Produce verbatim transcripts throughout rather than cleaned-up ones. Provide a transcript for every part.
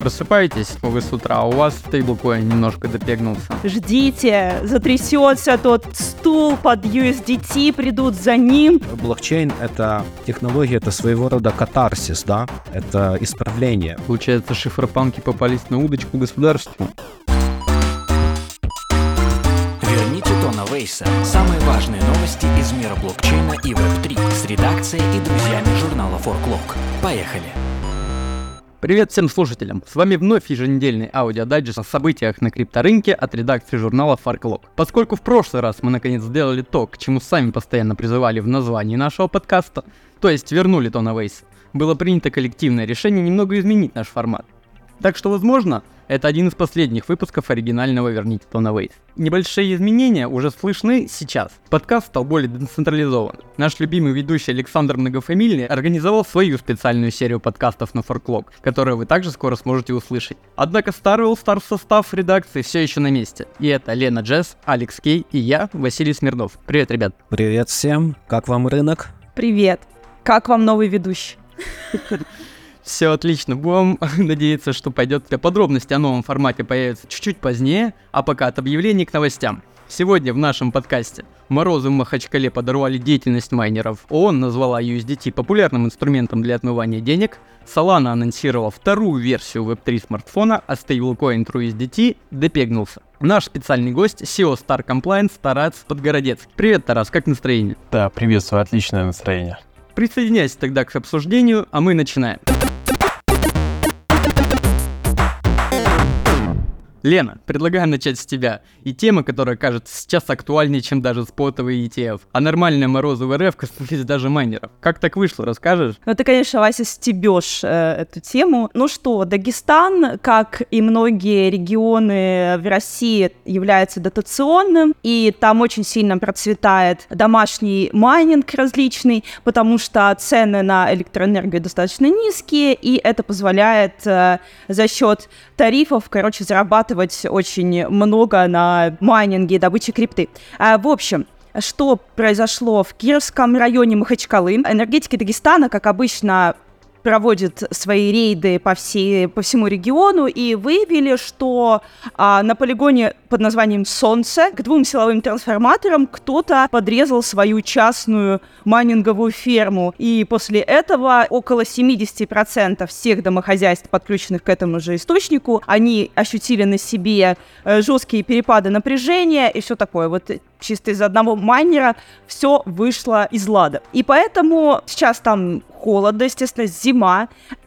Просыпаетесь вы с утра, а у вас стейблкоин немножко допегнулся. Ждите, затрясется тот стул под ю эс ди ти, придут за ним. Блокчейн — это технология, это своего рода катарсис, да? Это исправление. Получается, шифропанки попались на удочку государству. Верните Тона Вейса. Самые важные новости из мира блокчейна и веб три с редакцией и друзьями журнала Forklog. Поехали! Привет всем слушателям! С вами вновь еженедельный аудиодайджест о событиях на крипторынке от редакции журнала Forklog. Поскольку в прошлый раз мы наконец сделали то, к чему сами постоянно призывали в названии нашего подкаста, то есть вернули Тона Вейса, было принято коллективное решение немного изменить наш формат. Так что, возможно, это один из последних выпусков оригинального «Верните Тона Вейса». Небольшие изменения уже слышны сейчас. Подкаст стал более децентрализован. Наш любимый ведущий Александр Многофамильный организовал свою специальную серию подкастов на Forklog, которую вы также скоро сможете услышать. Однако старый All-Star состав редакции все еще на месте. И это Лена Джесс, Алекс Кей и я, Василий Смирнов. Привет, ребят. Привет всем. Как вам рынок? Привет. Как вам новый ведущий? Все отлично, будем надеяться, что пойдет. Подробности о новом формате появятся чуть-чуть позднее, а пока от объявлений к новостям. Сегодня в нашем подкасте морозы в Махачкале подорвали деятельность майнеров, ООН назвала ю эс ди ти популярным инструментом для отмывания денег, Solana анонсировала вторую версию веб три смартфона, а стейблкоин TrueUSDT допегнулся. Наш специальный гость си и о Star Compliance Тарас Подгородецкий. Привет, Тарас, как настроение? Да, приветствую, отличное настроение. Присоединяйся тогда к обсуждению, а мы начинаем. Лена, предлагаю начать с тебя. И тема, которая кажется сейчас актуальнее, чем даже спотовый и ти эф. А нормальные морозы в эр эф коснулись даже майнеров. Как так вышло, расскажешь? Ну ты, конечно, Вася, стебешь э, эту тему. Ну что, Дагестан, как и многие регионы в России, является дотационным, и там очень сильно процветает домашний майнинг различный, потому что цены на электроэнергию достаточно низкие, и это позволяет э, за счет тарифов, короче, зарабатывать очень много на майнинге и добыче крипты. А, в общем, что произошло в Кировском районе Махачкалы? Энергетики Дагестана, как обычно, проводят свои рейды по, всей, по всему региону и выявили, что а, на полигоне под названием «Солнце» к двум силовым трансформаторам кто-то подрезал свою частную майнинговую ферму. И после этого около семьдесят процентов всех домохозяйств, подключенных к этому же источнику, они ощутили на себе э, жесткие перепады напряжения и все такое. Вот чисто из одного майнера все вышло из лада. И поэтому сейчас там холодно, естественно, зима,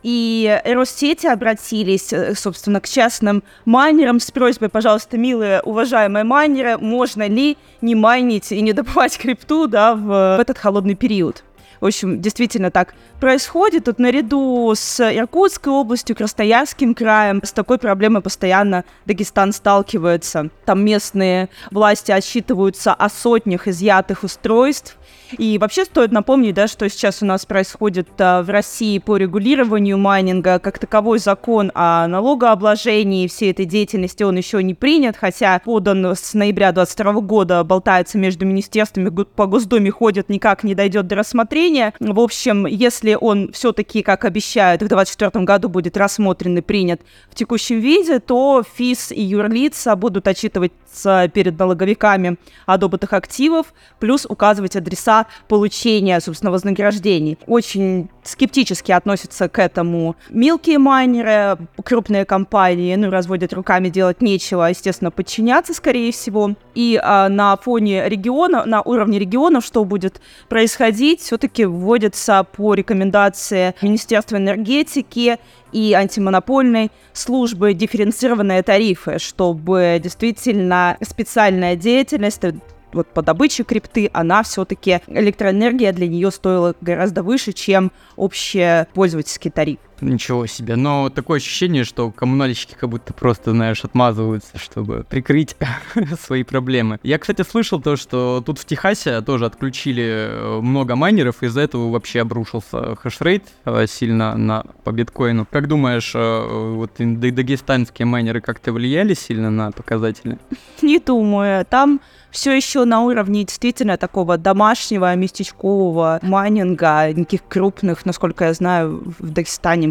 и Россети обратились, собственно, к частным майнерам с просьбой: пожалуйста, милые, уважаемые майнеры, можно ли не майнить и не добывать крипту, да, в, в этот холодный период. В общем, действительно так происходит. Тут наряду с Иркутской областью, Красноярским краем с такой проблемой постоянно Дагестан сталкивается. Там местные власти отчитываются о сотнях изъятых устройств. И вообще стоит напомнить, да, что сейчас у нас происходит а, в России по регулированию майнинга. Как таковой закон о налогообложении всей этой деятельности, он еще не принят, хотя подан с ноября двадцать второго года, болтается между министерствами, по Госдуме ходит, никак не дойдет до рассмотрения. В общем, если он все-таки, как обещают, в двадцать четвёртом году будет рассмотрен и принят в текущем виде, то ФИС и юрлица будут отчитываться перед налоговиками о добытых активах, плюс указывать адреса получения, собственно, вознаграждений. Очень скептически относятся к этому мелкие майнеры, крупные компании, ну, разводят руками, делать нечего, естественно, подчиняться, скорее всего. И а, на фоне региона, на уровне регионов, что будет происходить, все-таки вводятся по рекомендации Министерства энергетики и антимонопольной службы дифференцированные тарифы, чтобы действительно специальная деятельность вот по добыче крипты, она все-таки, электроэнергия для нее стоила гораздо выше, чем общий пользовательский тариф. Ничего себе, но такое ощущение, что коммунальщики как будто просто, знаешь, отмазываются, чтобы прикрыть свои проблемы. Я, кстати, слышал то, что тут в Техасе тоже отключили много майнеров, из-за этого вообще обрушился хешрейт сильно на, по биткоину. Как думаешь, вот дагестанские майнеры как-то влияли сильно на показатели? Не думаю, там все еще на уровне действительно такого домашнего, местечкового майнинга, никаких крупных, насколько я знаю, в Дагестане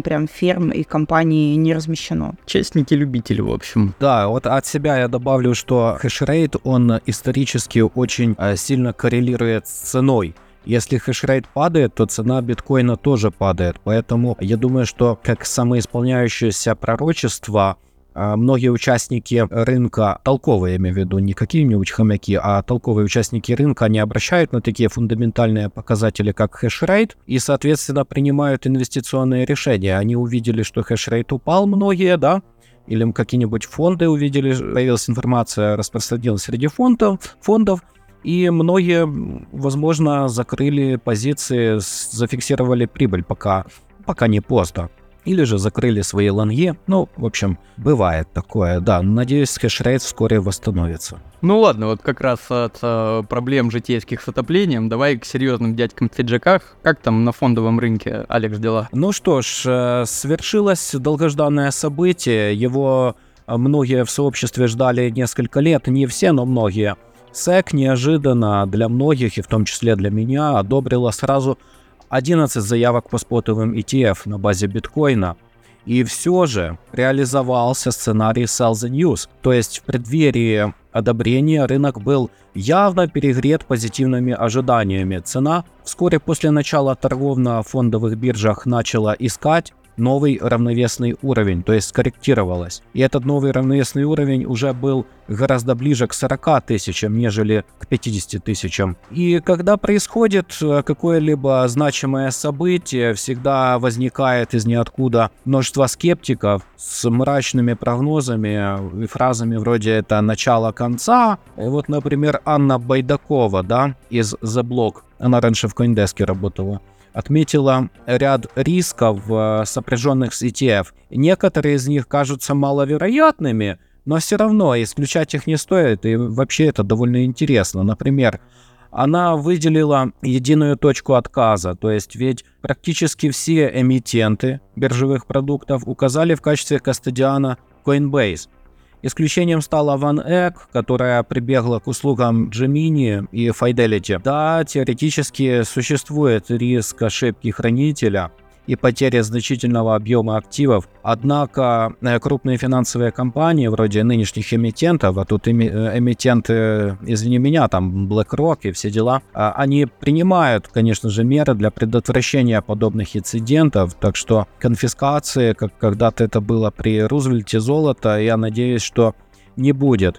прям ферм и компаний не размещено. Частники-любители, в общем. Да, вот от себя я добавлю, что хешрейт, он исторически очень э, сильно коррелирует с ценой. Если хешрейт падает, то цена биткоина тоже падает. Поэтому я думаю, что как самоисполняющееся пророчество, многие участники рынка, толковые, я имею в виду, не какие-нибудь хомяки, а толковые участники рынка, они обращают на такие фундаментальные показатели, как хешрейт, и, соответственно, принимают инвестиционные решения. Они увидели, что хешрейт упал, многие, да, или какие-нибудь фонды увидели, появилась информация, распространилась среди фондов, фондов, и многие, возможно, закрыли позиции, зафиксировали прибыль, пока, пока не поздно. Или же закрыли свои лонги. Ну, в общем, бывает такое. Да, надеюсь, хешрейт вскоре восстановится. Ну ладно, вот как раз от э, проблем житейских с отоплением, давай к серьезным дядькам в пиджаках. Как там на фондовом рынке, Алекс, дела? Ну что ж, э, свершилось долгожданное событие. Его многие в сообществе ждали несколько лет. Не все, но многие. сэк неожиданно для многих, и в том числе для меня, одобрила сразу одиннадцать заявок по спотовым и ти эф на базе биткоина. И все же реализовался сценарий sell the news. То есть в преддверии одобрения рынок был явно перегрет позитивными ожиданиями. Цена вскоре после начала торгов на фондовых биржах начала искать новый равновесный уровень, то есть скорректировалась. И этот новый равновесный уровень уже был гораздо ближе к сорока тысячам, нежели к пятидесяти тысячам. И когда происходит какое-либо значимое событие, всегда возникает из ниоткуда множество скептиков с мрачными прогнозами и фразами вроде «это начало конца». И вот, например, Анна Байдакова, да, из The Block, она раньше в CoinDesk работала, отметила ряд рисков, сопряженных с и ти эф. Некоторые из них кажутся маловероятными, но все равно исключать их не стоит, и вообще это довольно интересно. Например, она выделила единую точку отказа, то есть ведь практически все эмитенты биржевых продуктов указали в качестве кастодиана Coinbase. Исключением стала OneEgg, которая прибегла к услугам Gemini и Fidelity. Да, теоретически существует риск ошибки хранителя и потери значительного объема активов, однако крупные финансовые компании, вроде нынешних эмитентов, а тут эмитенты, извини меня, там BlackRock и все дела, они принимают, конечно же, меры для предотвращения подобных инцидентов, так что конфискации, как когда-то это было при Рузвельте, золота, я надеюсь, что не будет.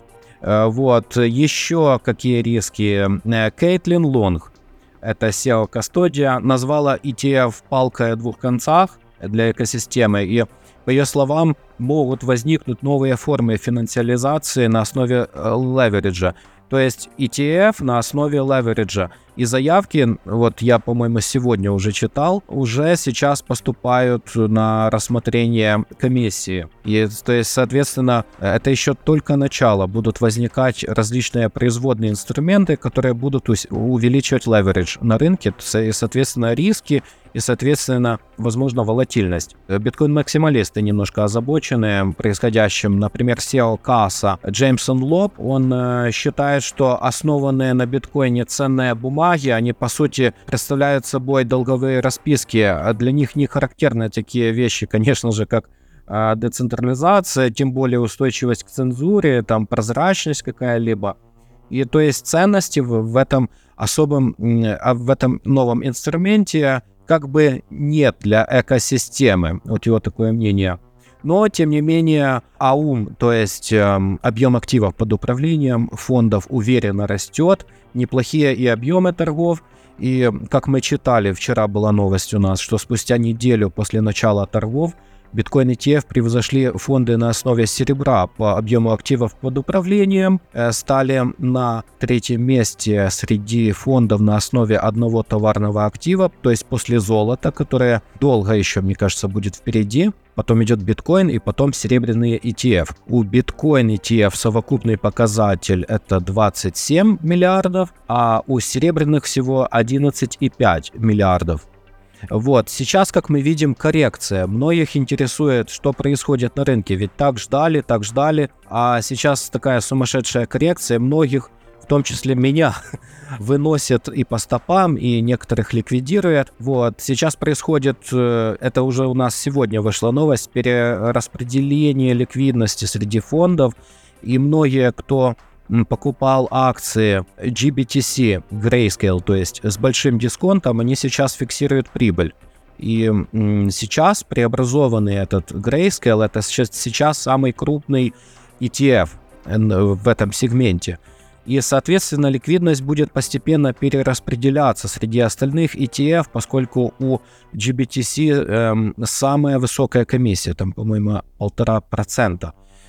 Вот, еще какие риски? Кейтлин Лонг, это си и о Custodian, назвала и ти эф палкой о двух концах для экосистемы, и, по ее словам, могут возникнуть новые формы финансиализации на основе левериджа, то есть и ти эф на основе левериджа. И заявки, вот я, по-моему, сегодня уже читал, уже сейчас поступают на рассмотрение комиссии. И, то есть, соответственно, это еще только начало. Будут возникать различные производные инструменты, которые будут увеличивать leverage на рынке, и, соответственно, риски, и, соответственно, возможно, волатильность. Биткоин-максималисты немножко озабочены происходящим. Например, си и о Casa Джеймсон Лоб, он э, считает, что основанные на биткоине ценные бумаги, они, по сути, представляют собой долговые расписки, а для них не характерны такие вещи, конечно же, как э, децентрализация, тем более устойчивость к цензуре, там, прозрачность какая-либо. И то есть ценности в, в этом особом, э, в этом новом инструменте как бы нет для экосистемы, вот его такое мнение. Но, тем не менее, АУМ, то есть э, объем активов под управлением фондов уверенно растет, неплохие и объемы торгов. И, как мы читали, вчера была новость у нас, что спустя неделю после начала торгов биткоин и ти эф превзошли фонды на основе серебра по объему активов под управлением, стали на третьем месте среди фондов на основе одного товарного актива, то есть после золота, которое долго еще, мне кажется, будет впереди. Потом идет биткоин и потом серебряные и ти эф. У биткоин и ти эф совокупный показатель это двадцать семь миллиардов, а у серебряных всего одиннадцать целых пять десятых миллиардов. Вот, сейчас, как мы видим, коррекция. Многих интересует, что происходит на рынке, ведь так ждали, так ждали, а сейчас такая сумасшедшая коррекция. Многих в том числе меня, выносит и по стопам, и некоторых ликвидирует. Вот. Сейчас происходит, это уже у нас сегодня вышла новость, перераспределение ликвидности среди фондов, и многие, кто покупал акции джи би ти си Grayscale, то есть с большим дисконтом, они сейчас фиксируют прибыль. И сейчас преобразованный этот Grayscale, это сейчас, сейчас самый крупный и ти эф в этом сегменте. И, соответственно, ликвидность будет постепенно перераспределяться среди остальных и ти эф, поскольку у джи би ти си эм, самая высокая комиссия, там, по-моему, полтора процента.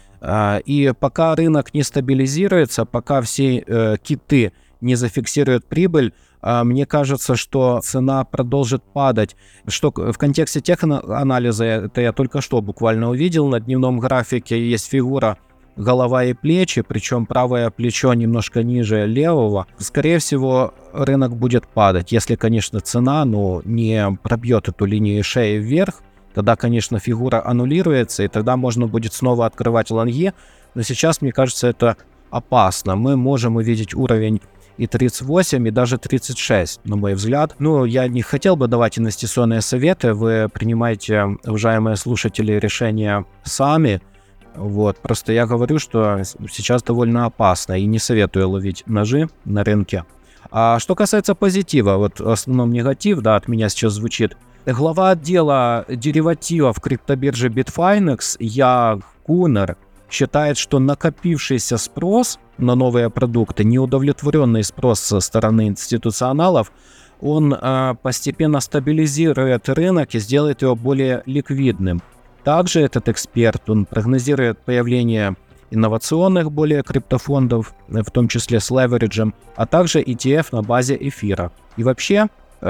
И пока рынок не стабилизируется, пока все э, киты не зафиксируют прибыль, э, мне кажется, что цена продолжит падать. Что в контексте теханализа, это я только что буквально увидел, на дневном графике есть фигура голова и плечи, причем правое плечо немножко ниже левого. Скорее всего, рынок будет падать, если, конечно, цена ну, не пробьет эту линию шеи вверх. Тогда, конечно, фигура аннулируется, и тогда можно будет снова открывать лонги. Но сейчас, мне кажется, это опасно. Мы можем увидеть уровень и тридцать восемь, и даже тридцать шесть, на мой взгляд. Ну, я не хотел бы давать инвестиционные советы. Вы принимаете, уважаемые слушатели, решения сами. Вот. Просто я говорю, что сейчас довольно опасно, и не советую ловить ножи на рынке. А что касается позитива, вот в основном негатив, да, от меня сейчас звучит. Глава отдела деривативов криптобиржи Bitfinex Яг Кунер считает, что накопившийся спрос на новые продукты, неудовлетворенный спрос со стороны институционалов, он э, постепенно стабилизирует рынок и сделает его более ликвидным. Также этот эксперт, он прогнозирует появление инновационных более криптофондов, в том числе с левериджем, а также и ти эф на базе эфира. И вообще,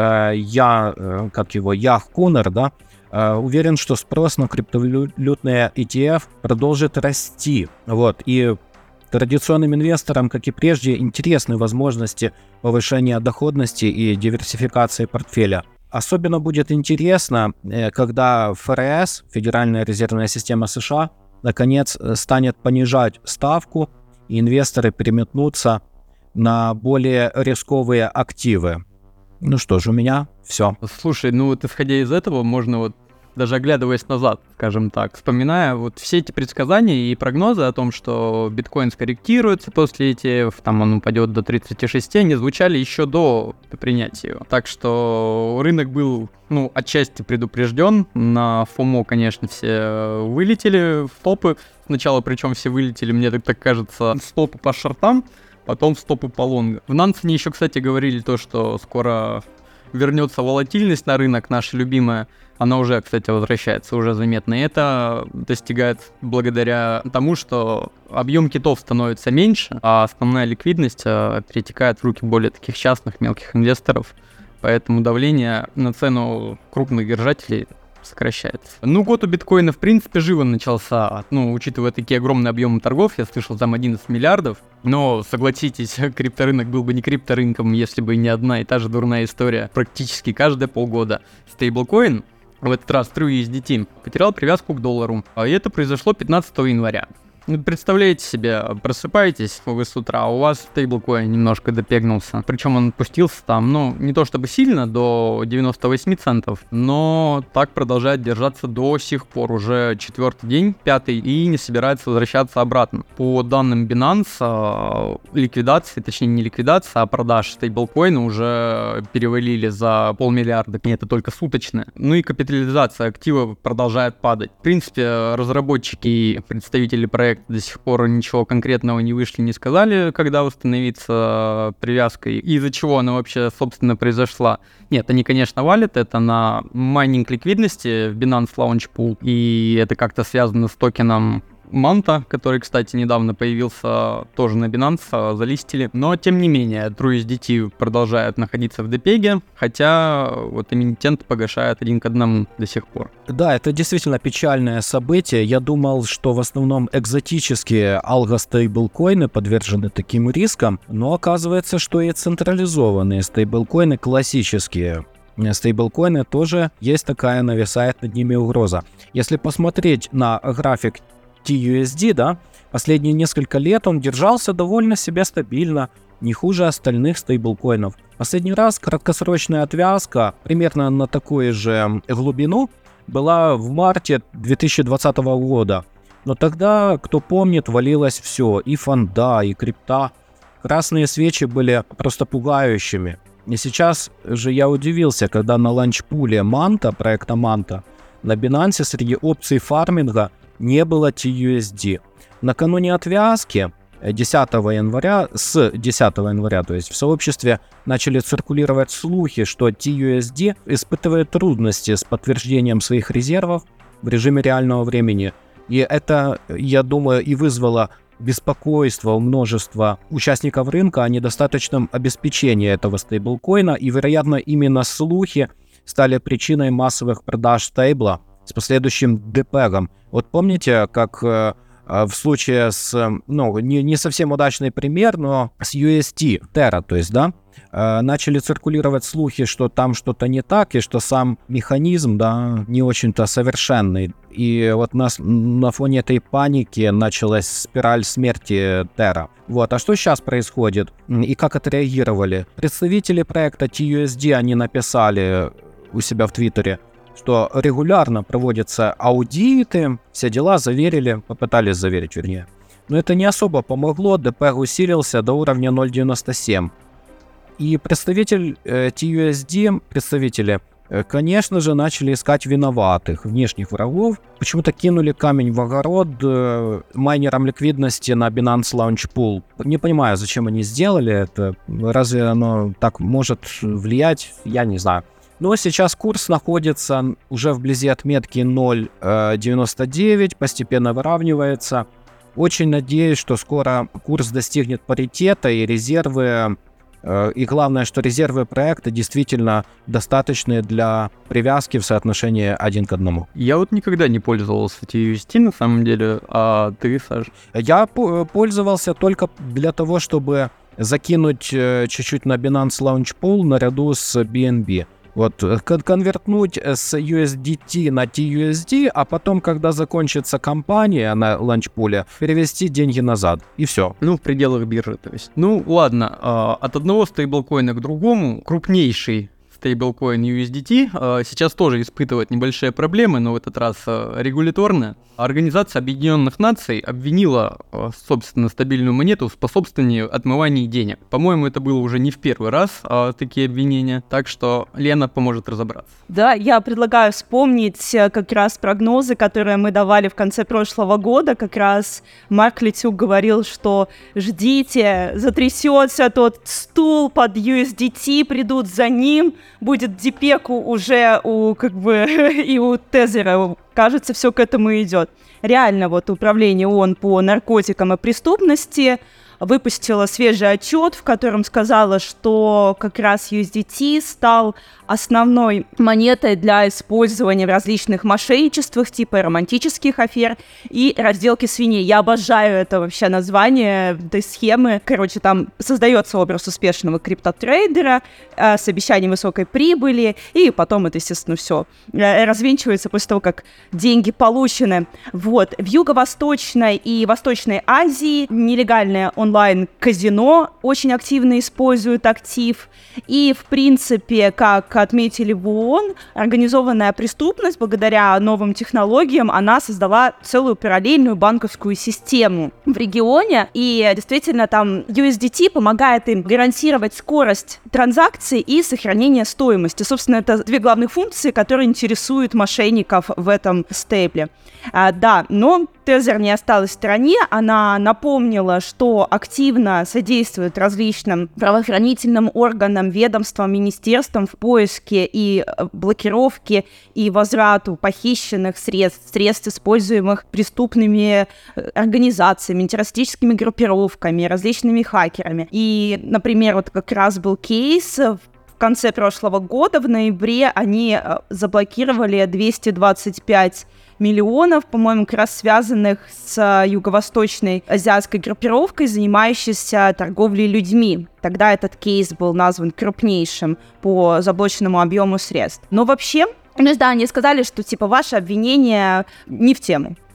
я, как его, Яг Кунер, да, уверен, что спрос на криптовалютные и ти эф продолжит расти. Вот, и традиционным инвесторам, как и прежде, интересны возможности повышения доходности и диверсификации портфеля. Особенно будет интересно, когда эф эр эс, Федеральная резервная система США, наконец станет понижать ставку, и инвесторы переметнутся на более рисковые активы. Ну что ж, у меня все. Слушай, ну вот исходя из этого, можно вот даже оглядываясь назад, скажем так, вспоминая вот все эти предсказания и прогнозы о том, что биткоин скорректируется после и ти эф, там он упадет до тридцати шести, они звучали еще до принятия его. Так что рынок был, ну, отчасти предупрежден. На фомо, конечно, все вылетели в топы. Сначала, причем все вылетели, мне так, так кажется, в стопы по шортам, потом в стопы по лонгу. В Нансене еще, кстати, говорили то, что скоро вернется волатильность на рынок, наша любимая. Она уже, кстати, возвращается, уже заметно. И это достигает благодаря тому, что объем китов становится меньше, а основная ликвидность перетекает в руки более таких частных мелких инвесторов. Поэтому давление на цену крупных держателей сокращается. Ну, год у биткоина, в принципе, живо начался. Ну, учитывая такие огромные объемы торгов, я слышал, там одиннадцать миллиардов. Но, согласитесь, крипторынок был бы не крипторынком, если бы не одна и та же дурная история. Практически каждые полгода. Стейблкоин, в этот раз TrueUSDT, потерял привязку к доллару. И это произошло пятнадцатого января. Представляете себе, просыпаетесь вы с утра, а у вас стейблкоин немножко допегнулся. Причем он опустился там, ну, не то чтобы сильно, до девяноста восьми центов, но так продолжает держаться до сих пор, уже четвертый день, пятый, и не собирается возвращаться обратно. По данным Binance, ликвидации, точнее не ликвидация, а продаж стейблкоина уже перевалили за полмиллиарда, и это только суточная. Ну и капитализация актива продолжает падать. В принципе, разработчики и представители проекта до сих пор ничего конкретного не вышли, не сказали, когда восстановится привязка и из-за чего она вообще, собственно, произошла. Нет, они, конечно, валят это на майнинг ликвидности в Binance Launch Pool, и это как-то связано с токеном Manta, который, кстати, недавно появился тоже на Binance, залистили. Но, тем не менее, TrueUSDT продолжает находиться в депеге, хотя вот эмитент погашает один к одному до сих пор. Да, это действительно печальное событие. Я думал, что в основном экзотические алго-стейблкоины подвержены таким рискам, но оказывается, что и централизованные стейблкоины, классические стейблкоины, тоже есть такая, нависает над ними угроза. Если посмотреть на график ти ю эс ди, да, последние несколько лет он держался довольно себе стабильно не хуже остальных стейблкоинов. Последний раз краткосрочная отвязка примерно на такую же глубину была в марте две тысячи двадцатого года. Но тогда, кто помнит, валилось все, и фонда, и крипта. Красные свечи были просто пугающими. И сейчас же я удивился, когда на ланчпуле Manta, проекта Manta, на Binance среди опций фарминга не было ти ю эс ди. Накануне отвязки десятого января, с десятого января, то есть в сообществе начали циркулировать слухи, что ти ю эс ди испытывает трудности с подтверждением своих резервов в режиме реального времени. И это, я думаю, и вызвало беспокойство у множества участников рынка о недостаточном обеспечении этого стейблкоина, и, вероятно, именно слухи стали причиной массовых продаж стейбла с последующим депегом. Вот помните, как э, в случае с, ну, не, не совсем удачный пример, но с ю эс ти, Terra, то есть, да, э, начали циркулировать слухи, что там что-то не так, и что сам механизм, да, не очень-то совершенный. И вот нас, на фоне этой паники началась спираль смерти Terra. Вот, а что сейчас происходит? И как отреагировали? Представители проекта ти ю эс ди, они написали у себя в Твиттере, что регулярно проводятся аудиты, все дела заверили, попытались заверить, вернее. Но это не особо помогло, ДП усилился до уровня ноль целых девяносто семь. И представитель э, ти ю эс ди, представители, э, конечно же, начали искать виноватых, внешних врагов. Почему-то кинули камень в огород э, майнерам ликвидности на Binance Launch Pool. Не понимаю, зачем они сделали это. Разве оно так может влиять? Я не знаю. Но сейчас курс находится уже вблизи отметки ноль целых девяносто девять, постепенно выравнивается. Очень надеюсь, что скоро курс достигнет паритета, и резервы, э, и главное, что резервы проекта действительно достаточные для привязки в соотношении один к одному. Я вот никогда не пользовался ти ю эс ди на самом деле, а ты, Саш? Я пользовался только для того, чтобы закинуть э, чуть-чуть на Binance Launch Pool наряду с би эн би. Вот, конвертнуть с ю эс ди ти на ти ю эс ди, а потом, когда закончится кампания на ланчпуле, перевести деньги назад, и все. Ну, в пределах биржи, то есть. Ну, ладно, э, от одного стейблкоина к другому, крупнейший стейблкоин ю эс ди ти э, сейчас тоже испытывает небольшие проблемы, но в этот раз э, регуляторные. Организация Объединенных Наций обвинила, э, собственно, стабильную монету в способствовании отмыванию денег. По-моему, это было уже не в первый раз э, такие обвинения, так что Лена поможет разобраться. Да, я предлагаю вспомнить как раз прогнозы, которые мы давали в конце прошлого года. Как раз Марк Литюк говорил, что ждите, затрясется тот стул под ю эс ди ти, придут за ним, будет дипеку уже у, как бы, и у Тезера. Кажется, все к этому идет. Реально, вот Управление ООН по наркотикам и преступности выпустила свежий отчет, в котором сказала, что как раз ю эс ди ти стал основной монетой для использования в различных мошенничествах, типа романтических афер и разделки свиней. Я обожаю это вообще название этой схемы. Короче, там создается образ успешного криптотрейдера э, с обещанием высокой прибыли, и потом это, естественно, все э, развенчивается после того, как деньги получены. Вот. В Юго-Восточной и Восточной Азии нелегальное онлайн-казино очень активно используют актив. И, в принципе, как отметили в ООН, организованная преступность, благодаря новым технологиям, она создала целую параллельную банковскую систему в регионе. И действительно, там ю эс ди ти помогает им гарантировать скорость транзакций и сохранение стоимости. Собственно, это две главных функции, которые интересуют мошенников в этом стейбле. А, да, но Тезер не осталась в стороне. Она напомнила, что активно содействует различным правоохранительным органам, ведомствам, министерствам в поиске и блокировке и возврату похищенных средств, средств, используемых преступными организациями, террористическими группировками, различными хакерами. И, например, вот как раз был кейс в В конце прошлого года, в ноябре, они заблокировали двести двадцать пять миллионов, по-моему, как раз связанных с юго-восточной азиатской группировкой, занимающейся торговлей людьми. Тогда этот кейс был назван крупнейшим по заблоченному объему средств. Но вообще, ну да, они сказали, что типа ваши обвинения не в тему.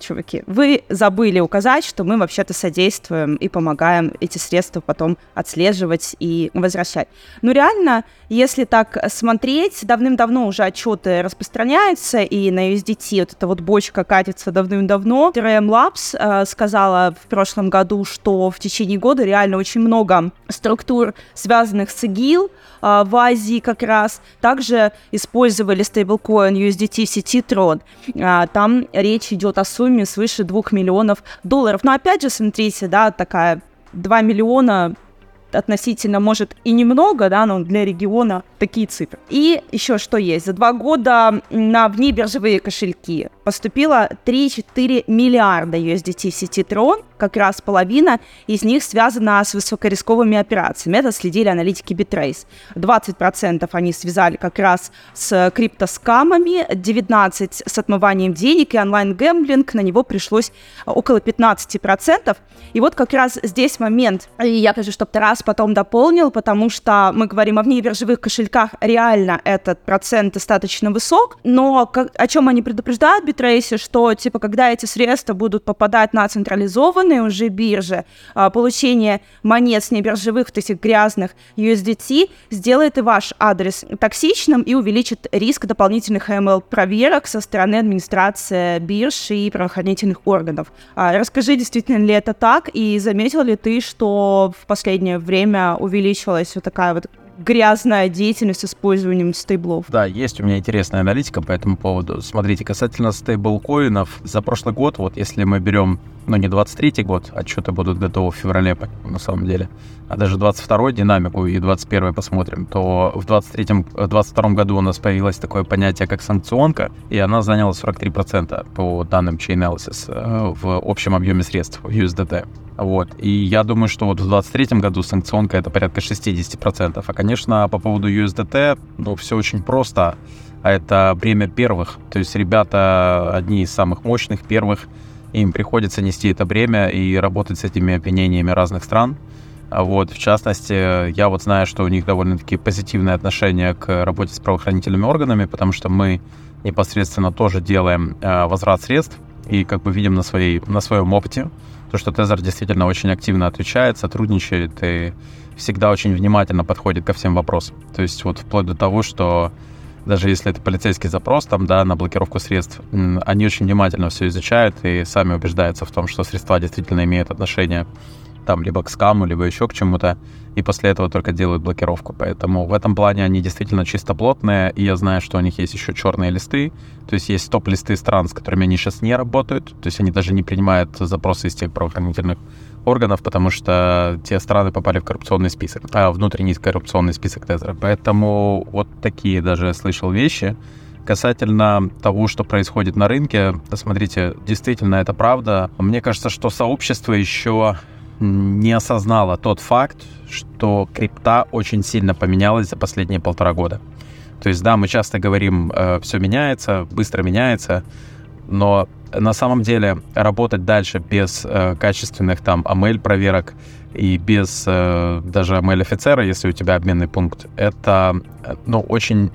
чуваки, вы забыли указать, что мы вообще-то содействуем и помогаем эти средства потом отслеживать и возвращать. Ну, реально, если так смотреть, давным-давно уже отчеты распространяются, и на ю эс ди ти вот эта вот бочка катится давным-давно. три эм Labs э, сказала в прошлом году, что в течение года реально очень много структур, связанных с ИГИЛ, э, в Азии как раз, также использовали стейблкоин ю эс ди ти в сети Tron. Э, там речь идет о сумме свыше двух миллионов долларов. Но опять же, смотрите, да, такая два миллиона относительно, может, и немного, да, но для региона такие цифры. И еще что есть. За два года на внебиржевые кошельки поступило три-четыре миллиарда ю эс ди ти в сети Tron, как раз половина из них связана с высокорисковыми операциями. Это следили аналитики Bitrace. двадцать процентов они связали как раз с криптоскамами, девятнадцать процентов с отмыванием денег, и онлайн-гэмблинг, на него пришлось около пятнадцать процентов. И вот как раз здесь момент, и я хочу, чтобы Тарас потом дополнил, потому что мы говорим о внебиржевых кошельках, реально этот процент достаточно высок, но как, о чем они предупреждают Bitrace, что типа когда эти средства будут попадать на централизованные уже биржи, получение монет с небиржевых, вот этих грязных ю эс ди ти сделает и ваш адрес токсичным и увеличит риск дополнительных эй эм эл-проверок со стороны администрации бирж и правоохранительных органов. Расскажи, действительно ли это так, и заметил ли ты, что в последнее время увеличилась вот такая вот грязная деятельность с использованием стейблов? Да, есть у меня интересная аналитика по этому поводу. Смотрите, касательно стейблкоинов, за прошлый год, вот если мы берем, ну не двадцать третий год, отчеты будут готовы в феврале, на самом деле, а даже двадцать второй динамику и двадцать первый посмотрим, то в двадцать третьем, двадцать втором году у нас появилось такое понятие, как санкционка, и она заняла сорок три процента по данным Chainalysis в общем объеме средств в ю эс ди ти. Вот. И я думаю, что вот в двадцать третьем году санкционка это порядка шестьдесят процентов. А, конечно, по поводу ю эс ди ти, ну, все очень просто. А это бремя первых. То есть ребята одни из самых мощных, первых. Им приходится нести это бремя и работать с этими обвинениями разных стран. Вот. В частности, я вот знаю, что у них довольно-таки позитивное отношение к работе с правоохранительными органами, потому что мы непосредственно тоже делаем э, возврат средств и как бы видим на, своей, на своем опыте, то, что Тезер действительно очень активно отвечает, сотрудничает и всегда очень внимательно подходит ко всем вопросам. То есть вот вплоть до того, что даже если это полицейский запрос там, да, на блокировку средств, они очень внимательно все изучают и сами убеждаются в том, что средства действительно имеют отношение там либо к скаму, либо еще к чему-то, и после этого только делают блокировку. Поэтому в этом плане они действительно чистоплотные, и я знаю, что у них есть еще черные листы, то есть есть топ-листы стран, с которыми они сейчас не работают, то есть они даже не принимают запросы из тех правоохранительных органов, потому что те страны попали в коррупционный список, а внутренний коррупционный список Тезера. Поэтому вот такие даже я слышал вещи. Касательно того, что происходит на рынке, смотрите, действительно это правда. Мне кажется, что сообщество еще не осознала тот факт, что крипта очень сильно поменялась за последние полтора года. То есть, да, мы часто говорим, э, все меняется, быстро меняется, но на самом деле работать дальше без э, качественных там эй эм эл-проверок и без э, даже эй эм эл-офицера, если у тебя обменный пункт, это, ну, очень...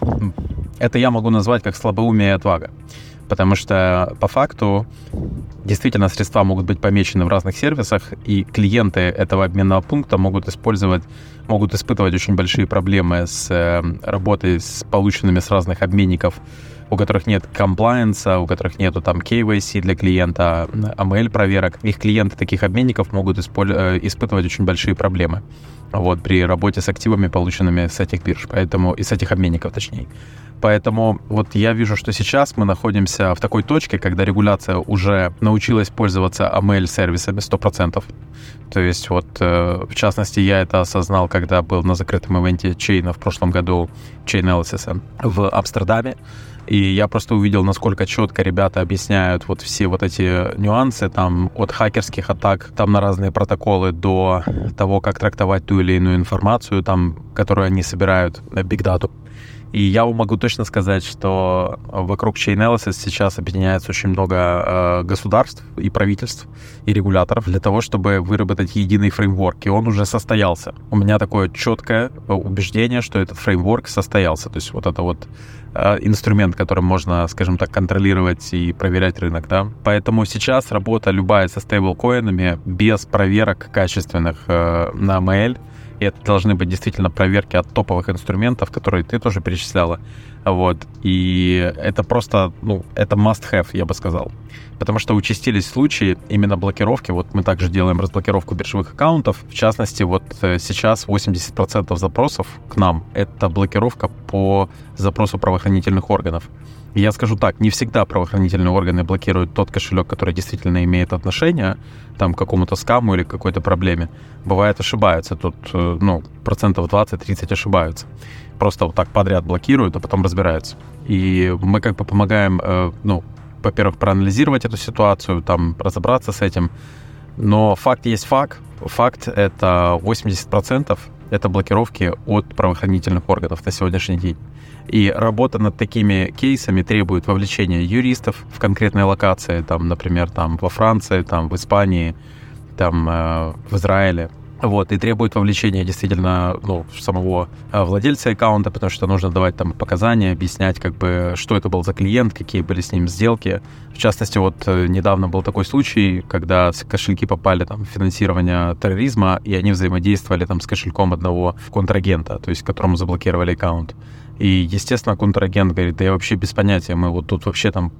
Это я могу назвать как слабоумие и отвага. Потому что по факту действительно средства могут быть помечены в разных сервисах, и клиенты этого обменного пункта могут использовать, могут испытывать очень большие проблемы с э, работой с полученными с разных обменников, у которых нет комплаенса, у которых нету там кей вай си для клиента, эй эм эл-проверок. Их клиенты таких обменников могут исполь... испытывать очень большие проблемы вот, при работе с активами, полученными с этих бирж, поэтому и с этих обменников, точнее. Поэтому вот я вижу, что сейчас мы находимся в такой точке, когда регуляция уже научилась пользоваться эй эм эл-сервисами сто процентов. То есть вот, э, в частности, я это осознал, когда был на закрытом ивенте Чейна в прошлом году, Chainalysis в Амстердаме. И я просто увидел, насколько четко ребята объясняют вот все вот эти нюансы, там, от хакерских атак, там, на разные протоколы, до того, как трактовать ту или иную информацию, там, которую они собирают, бигдату. И я вам могу точно сказать, что вокруг Chainalysis сейчас объединяется очень много э, государств и правительств, и регуляторов для того, чтобы выработать единый фреймворк, и он уже состоялся. У меня такое четкое убеждение, что этот фреймворк состоялся. То есть вот это вот э, инструмент, которым можно, скажем так, контролировать и проверять рынок, да. Поэтому сейчас работа любая со стейблкоинами без проверок качественных э, на эм эл, и это должны быть действительно проверки от топовых инструментов, которые ты тоже перечисляла. Вот. И это просто, ну, это must-have, я бы сказал. Потому что участились случаи именно блокировки. Вот мы также делаем разблокировку биржевых аккаунтов. В частности, вот сейчас восемьдесят процентов запросов к нам — это блокировка по запросу правоохранительных органов. И я скажу так, не всегда правоохранительные органы блокируют тот кошелек, который действительно имеет отношение там, к какому-то скаму или к какой-то проблеме. Бывает, ошибаются. Тут, ну, процентов двадцать-тридцать ошибаются. Просто вот так подряд блокируют, а потом разбираются. И мы как бы помогаем, ну, во-первых, проанализировать эту ситуацию, там, разобраться с этим. Но факт есть факт. Факт — это восемьдесят процентов это блокировки от правоохранительных органов на сегодняшний день. И работа над такими кейсами требует вовлечения юристов в конкретные локации, там, например, там, во Франции, там, в Испании, там, э, в Израиле. Вот, и требует вовлечения действительно, ну, самого владельца аккаунта, потому что нужно давать там показания, объяснять, как бы, что это был за клиент, какие были с ним сделки. В частности, вот недавно был такой случай, когда кошельки попали там в финансирование терроризма, и они взаимодействовали там с кошельком одного контрагента, то есть которому заблокировали аккаунт. И, естественно, контрагент говорит: да я вообще без понятия, мы вот тут вообще там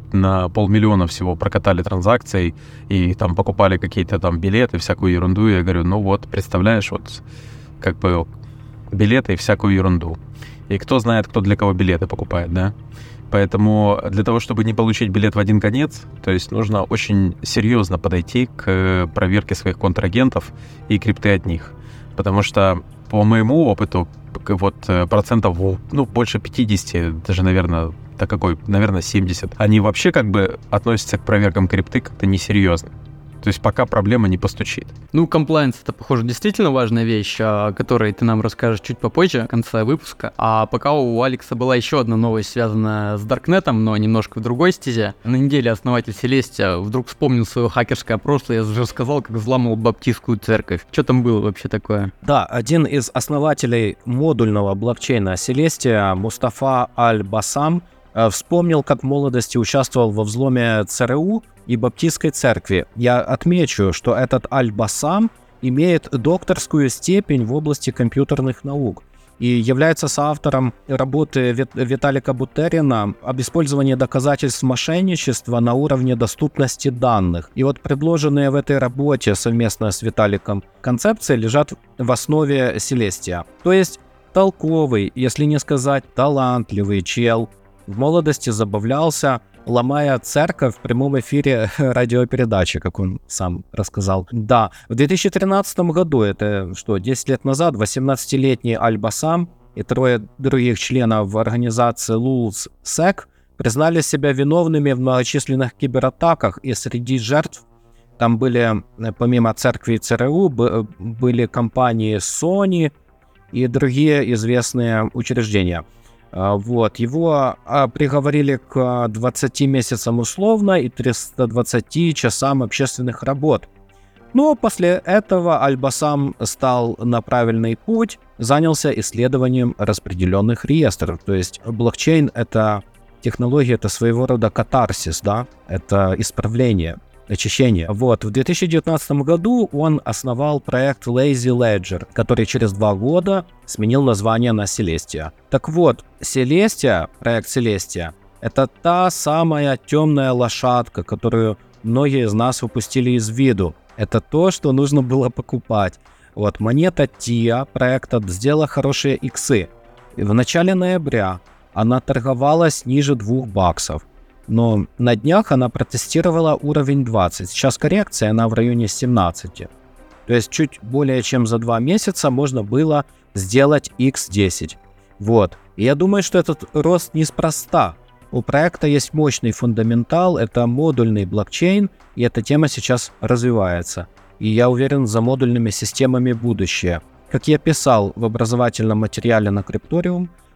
на полмиллиона всего прокатали транзакций и там покупали какие-то там билеты, всякую ерунду. Я говорю: ну вот, представляешь, вот как бы билеты и всякую ерунду. И кто знает, кто для кого билеты покупает, да? Поэтому для того, чтобы не получить билет в один конец, то есть нужно очень серьезно подойти к проверке своих контрагентов и крипты от них. Потому что по моему опыту, вот процентов, ну, больше пятьдесят, даже, наверное, да какой, наверное, семьдесят, они вообще как бы относятся к проверкам крипты как-то несерьезно. То есть пока проблема не постучит. Ну, комплайнс — это, похоже, действительно важная вещь, о которой ты нам расскажешь чуть попозже, в конце выпуска. А пока у Алекса была еще одна новость, связанная с Даркнетом, но немножко в другой стезе. На неделе основатель Celestia вдруг вспомнил свое хакерское прошлое и уже сказал, как взламывал баптистскую церковь. Что там было вообще такое? Да, один из основателей модульного блокчейна Celestia, Мустафа Аль-Басам, вспомнил, как в молодости участвовал во взломе ЦРУ и Баптистской церкви. Я отмечу, что этот Аль-Басам имеет докторскую степень в области компьютерных наук и является соавтором работы Вит- Виталика Бутерина об использовании доказательств мошенничества на уровне доступности данных. И вот предложенные в этой работе совместно с Виталиком концепции лежат в основе Celestia. То есть толковый, если не сказать талантливый чел, в молодости забавлялся, ломая церковь в прямом эфире радиопередачи, как он сам рассказал. Да, в две тысячи тринадцатом году, это что, десять лет назад, восемнадцатилетний Аль-Басам и трое других членов организации Lulz-Sec признали себя виновными в многочисленных кибератаках, и среди жертв там были, помимо церкви и ЦРУ, были компании Sony и другие известные учреждения. Вот, его приговорили к двадцати месяцам условно и тремстам двадцати часам общественных работ. Но после этого Аль-Басам стал на правильный путь, занялся исследованием распределенных реестров. То есть блокчейн — это технология, это своего рода катарсис, да, это исправление, очищение. Вот, в две тысячи девятнадцатом году он основал проект Lazy Ledger, который через два года сменил название на Celestia. Так вот, Celestia, проект Celestia, это та самая темная лошадка, которую многие из нас упустили из виду. Это то, что нужно было покупать. Вот, монета Тиа проекта сделала хорошие иксы. И в начале ноября она торговалась ниже двух баксов. Но на днях она протестировала уровень двадцать. Сейчас коррекция, она в районе семнадцати. То есть чуть более чем за два месяца можно было сделать икс десять. Вот. И я думаю, что этот рост неспроста. У проекта есть мощный фундаментал, это модульный блокчейн, и эта тема сейчас развивается. И я уверен, за модульными системами будущее. Как я писал в образовательном материале на Cryptorium,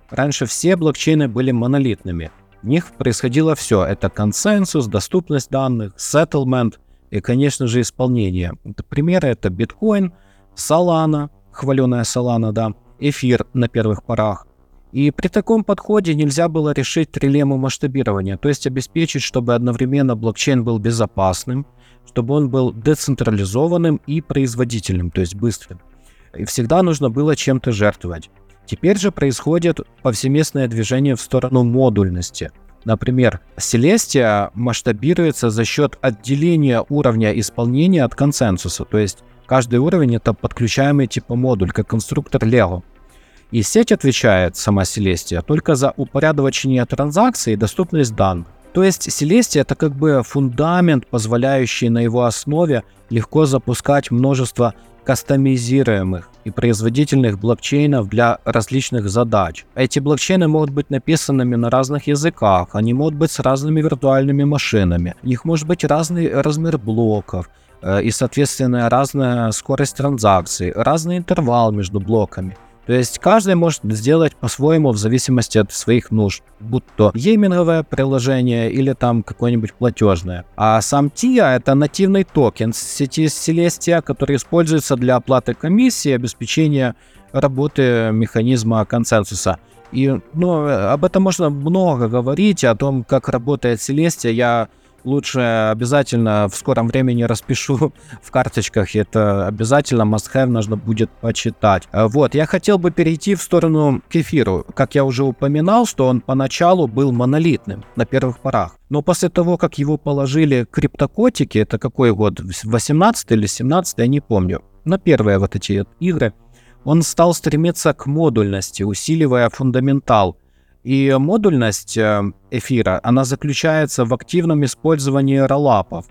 раньше все блокчейны были монолитными. В них происходило все. Это консенсус, доступность данных, settlement и, конечно же, исполнение. Это примеры — это биткоин, Solana, хваленая Solana, да, эфир на первых порах. И при таком подходе нельзя было решить трилемму масштабирования, то есть обеспечить, чтобы одновременно блокчейн был безопасным, чтобы он был децентрализованным и производительным, то есть быстрым. И всегда нужно было чем-то жертвовать. Теперь же происходит повсеместное движение в сторону модульности. Например, Celestia масштабируется за счет отделения уровня исполнения от консенсуса, то есть каждый уровень — это подключаемый типа модуль, как конструктор Lego. И сеть отвечает, сама Celestia, только за упорядочение транзакций и доступность данных. То есть Celestia — это как бы фундамент, позволяющий на его основе легко запускать множество кастомизируемых и производительных блокчейнов для различных задач. Эти блокчейны могут быть написанными на разных языках, они могут быть с разными виртуальными машинами, у них может быть разный размер блоков э, и, соответственно, разная скорость транзакций, разный интервал между блоками. То есть каждый может сделать по-своему в зависимости от своих нужд, будь то гейминговое приложение или там какое-нибудь платежное. А сам Тиа — это нативный токен сети Celestia, который используется для оплаты комиссии и обеспечения работы механизма консенсуса. И ну, об этом можно много говорить, о том, как работает Celestia. Я лучше обязательно в скором времени распишу в карточках. Это обязательно must-have, нужно будет почитать. Вот, я хотел бы перейти в сторону к эфиру. Как я уже упоминал, что он поначалу был монолитным на первых порах. Но после того, как его положили криптокотики, это какой год? восемнадцатый или семнадцатый, я не помню. На первые вот эти игры. Он стал стремиться к модульности, усиливая фундаментал. И модульность эфира, она заключается в активном использовании роллапов,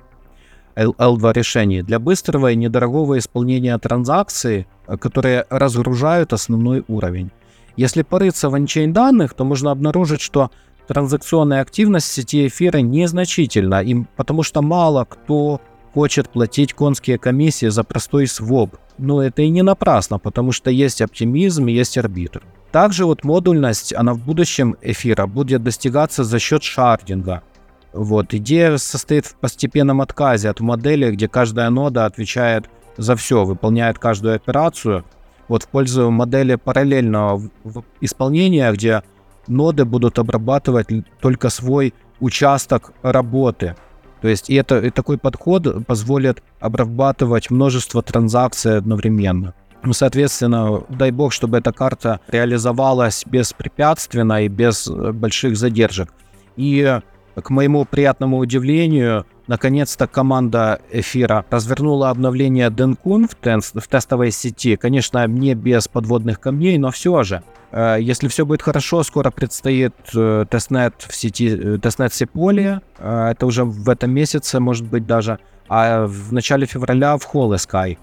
эл два решений, для быстрого и недорогого исполнения транзакций, которые разгружают основной уровень. Если порыться в анчейн данных, то можно обнаружить, что транзакционная активность в сети эфира незначительна, им, потому что мало кто хочет платить конские комиссии за простой своп. Но это и не напрасно, потому что есть оптимизм и есть арбитр. Также вот модульность, она в будущем эфира будет достигаться за счет шардинга. Вот. Идея состоит в постепенном отказе от модели, где каждая нода отвечает за все, выполняет каждую операцию. Вот в пользу модели параллельного исполнения, где ноды будут обрабатывать только свой участок работы. То есть и, это, и такой подход позволит обрабатывать множество транзакций одновременно. Соответственно, дай бог, чтобы эта карта реализовалась беспрепятственно и без больших задержек. И, к моему приятному удивлению, наконец-то команда эфира развернула обновление Dencun в, тен- в тестовой сети. Конечно, не без подводных камней, но все же. Если все будет хорошо, скоро предстоит тестнет в сети, тестнет Sepolia. Это уже в этом месяце, может быть, даже. А в начале февраля в Holosky.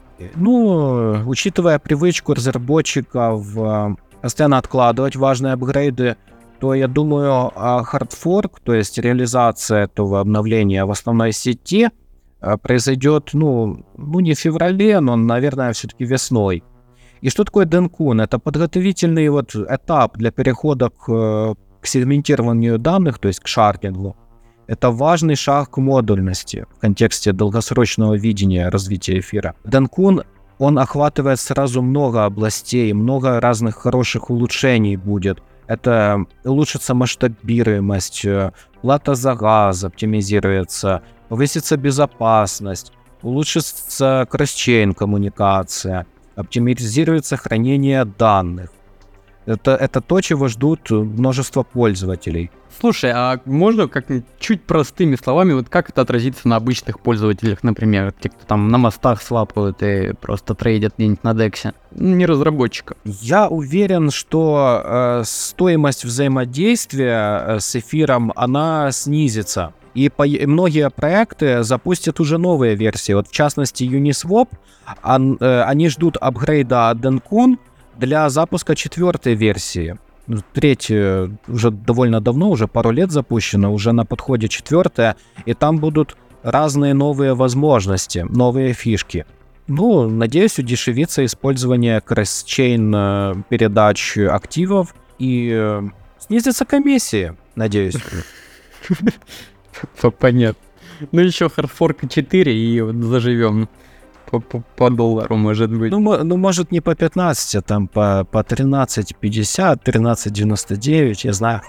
Ну, учитывая привычку разработчиков постоянно откладывать важные апгрейды, то я думаю, хардфорк, то есть реализация этого обновления в основной сети, произойдет, ну, ну не в феврале, но, наверное, все-таки весной. И что такое Dencun? Это подготовительный вот этап для перехода к, к сегментированию данных, то есть к шардингу. Это важный шаг к модульности в контексте долгосрочного видения развития эфира. Dencun, он охватывает сразу много областей, много разных хороших улучшений будет. Это улучшится масштабируемость, плата за газ оптимизируется, повысится безопасность, улучшится кросс-чейн коммуникация, оптимизируется хранение данных. Это, это то, чего ждут множество пользователей. Слушай, а можно как-нибудь чуть простыми словами, вот как это отразится на обычных пользователях, например, те, кто там на мостах свапают и просто трейдят где-нибудь на Дексе, не разработчиков? Я уверен, что э, стоимость взаимодействия с эфиром, она снизится. И по- многие проекты запустят уже новые версии. Вот в частности Uniswap, он, э, они ждут апгрейда от Dencun для запуска четвертой версии. Третья уже довольно давно, уже пару лет запущена, уже на подходе четвертая, и там будут разные новые возможности, новые фишки. Ну, надеюсь, удешевится использование кросс-чейн передач активов и э, снизится комиссия, надеюсь. Понятно. Ну еще Хардфорк четыре и вот заживем. По, по, по доллару, может быть. Ну, мо- ну, может, не по пятнадцать, а там по, по тринадцать пятьдесят, тринадцать девяносто девять, я знаю.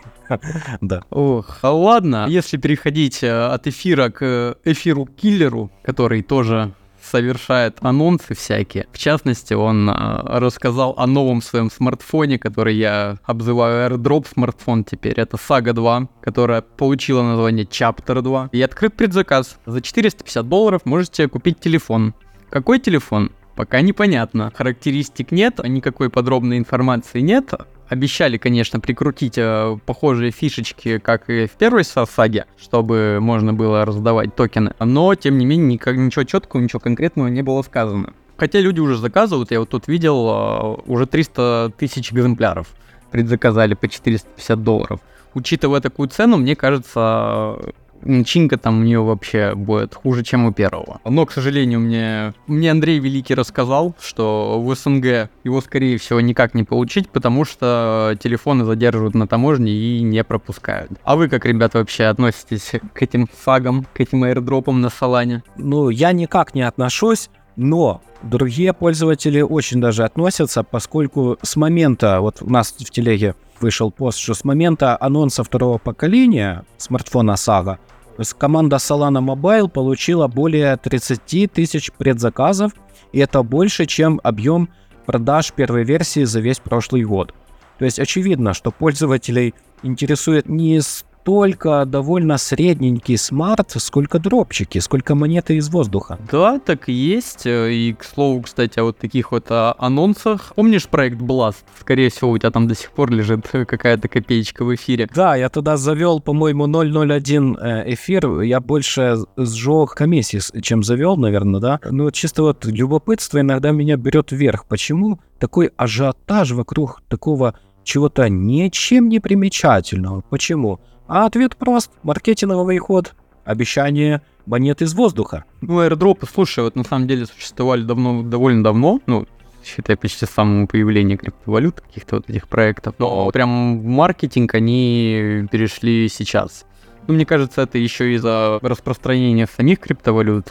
Да. Ох, а ладно, если переходить э, от эфира к эфиру-киллеру, который тоже совершает анонсы всякие. В частности, он э, рассказал о новом своем смартфоне, который я обзываю AirDrop смартфон теперь. Это Saga два, которая получила название Chapter два. И открыт предзаказ. За четыреста пятьдесят долларов можете купить телефон. Какой телефон? Пока непонятно. Характеристик нет, никакой подробной информации нет. Обещали, конечно, прикрутить э, похожие фишечки, как и в первой саге, чтобы можно было раздавать токены. Но, тем не менее, никак, ничего четкого, ничего конкретного не было сказано. Хотя люди уже заказывают, я вот тут видел, э, уже триста тысяч экземпляров предзаказали по четыреста пятьдесят долларов. Учитывая такую цену, мне кажется, начинка там у нее вообще будет хуже, чем у первого. Но, к сожалению, мне, мне Андрей Великий рассказал, что в СНГ его, скорее всего, никак не получить, потому что телефоны задерживают на таможне и не пропускают. А вы как, ребята, вообще относитесь к этим сагам, к этим аирдропам на Солане? Ну, я никак не отношусь, но другие пользователи очень даже относятся, поскольку с момента, вот у нас в телеге вышел пост, что с момента анонса второго поколения смартфона Saga, то есть команда Solana Mobile получила более тридцать тысяч предзаказов, и это больше, чем объем продаж первой версии за весь прошлый год. То есть очевидно, что пользователей интересует не столько довольно средненький смарт, сколько дропчики, сколько монеты из воздуха. Да, так и есть. И, к слову, кстати, о вот таких вот а, анонсах. Помнишь проект Blast? Скорее всего, у тебя там до сих пор лежит какая-то копеечка в эфире. Да, я туда завел, по-моему, ноль ноль один эфир. Я больше сжег комиссии, чем завел, наверное, да. Ну, чисто вот любопытство иногда меня берет вверх. Почему такой ажиотаж вокруг такого чего-то ничем не примечательного? Почему? А ответ прост. Маркетинговый ход. Обещание монет из воздуха. Ну, аирдропы, слушай, вот на самом деле существовали давно, довольно давно, ну, считай, почти с самого появления криптовалют, каких-то вот этих проектов. Но прям в маркетинг они перешли сейчас. Ну, мне кажется, это еще из-за распространения самих криптовалют.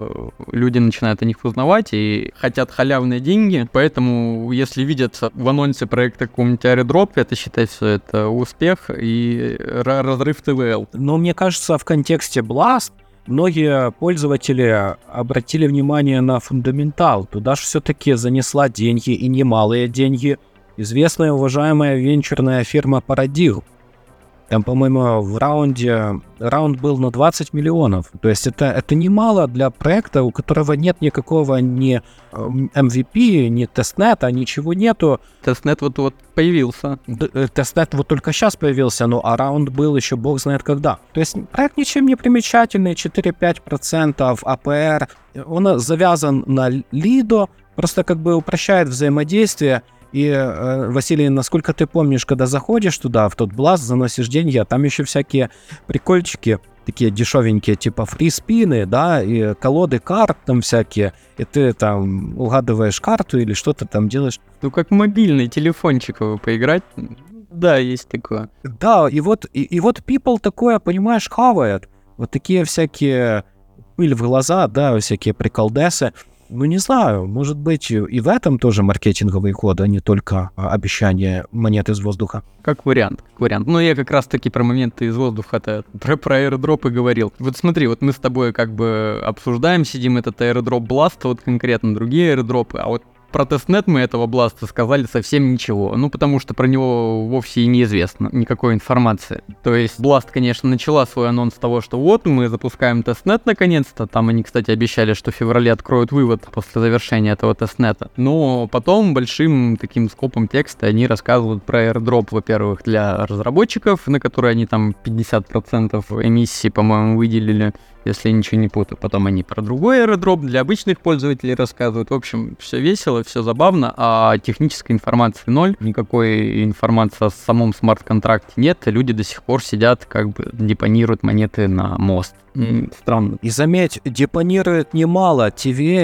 Люди начинают о них узнавать и хотят халявные деньги. Поэтому, если видят в анонсе проекта какого-нибудь airdrop, это считай все это успех и разрыв тэ вэ эл. Но мне кажется, в контексте Blast многие пользователи обратили внимание на фундаментал. Туда же все-таки занесла деньги, и немалые деньги, известная уважаемая венчурная фирма Paradigm. Там, по-моему, в раунде раунд был на двадцать миллионов. То есть это, это немало для проекта, у которого нет никакого ни эм ви пи, ни тестнета, ничего нету. Тестнет вот-вот появился. Д- тестнет вот только сейчас появился, ну а раунд был еще бог знает когда. То есть проект ничем не примечательный, четыре-пять процентов эй пи ар. Он завязан на лидо, просто как бы упрощает взаимодействие. И, э, Василий, насколько ты помнишь, когда заходишь туда, в тот Blast, заносишь деньги, а там еще всякие прикольчики, такие дешевенькие, типа фриспины, да, и колоды карт там всякие, и ты там угадываешь карту или что-то там делаешь. Ну, как мобильный телефончик поиграть. Да, есть такое. Да, и вот, и, и вот people такое, понимаешь, хавает. Вот такие всякие пыль в глаза, да, всякие приколдесы. Ну, не знаю, может быть, и в этом тоже маркетинговый ход, а не только обещание монет из воздуха. Как вариант, как вариант. Ну, я как раз-таки про моменты из воздуха-то, про, про аирдропы говорил. Вот смотри, вот мы с тобой как бы обсуждаем, сидим этот аирдроп Blast, вот конкретно другие аирдропы, а вот про тестнет мы этого Бласта сказали совсем ничего. Ну, потому что про него вовсе и неизвестно никакой информации. То есть Blast, конечно, начала свой анонс с того, что вот мы запускаем тестнет наконец-то. Там они, кстати, обещали, что в феврале откроют вывод после завершения этого тестнета. Но потом большим таким скопом текста они рассказывают про airdrop, во-первых, для разработчиков, на которые они там пятьдесят процентов эмиссии, по-моему, выделили, если я ничего не путаю. Потом они про другой airdrop для обычных пользователей рассказывают. В общем, все весело, все забавно, а технической информации ноль. Никакой информации о самом смарт-контракте нет. Люди до сих пор сидят, как бы депонируют монеты на мост. М-м, странно. И заметь, депонирует немало ти ви эл.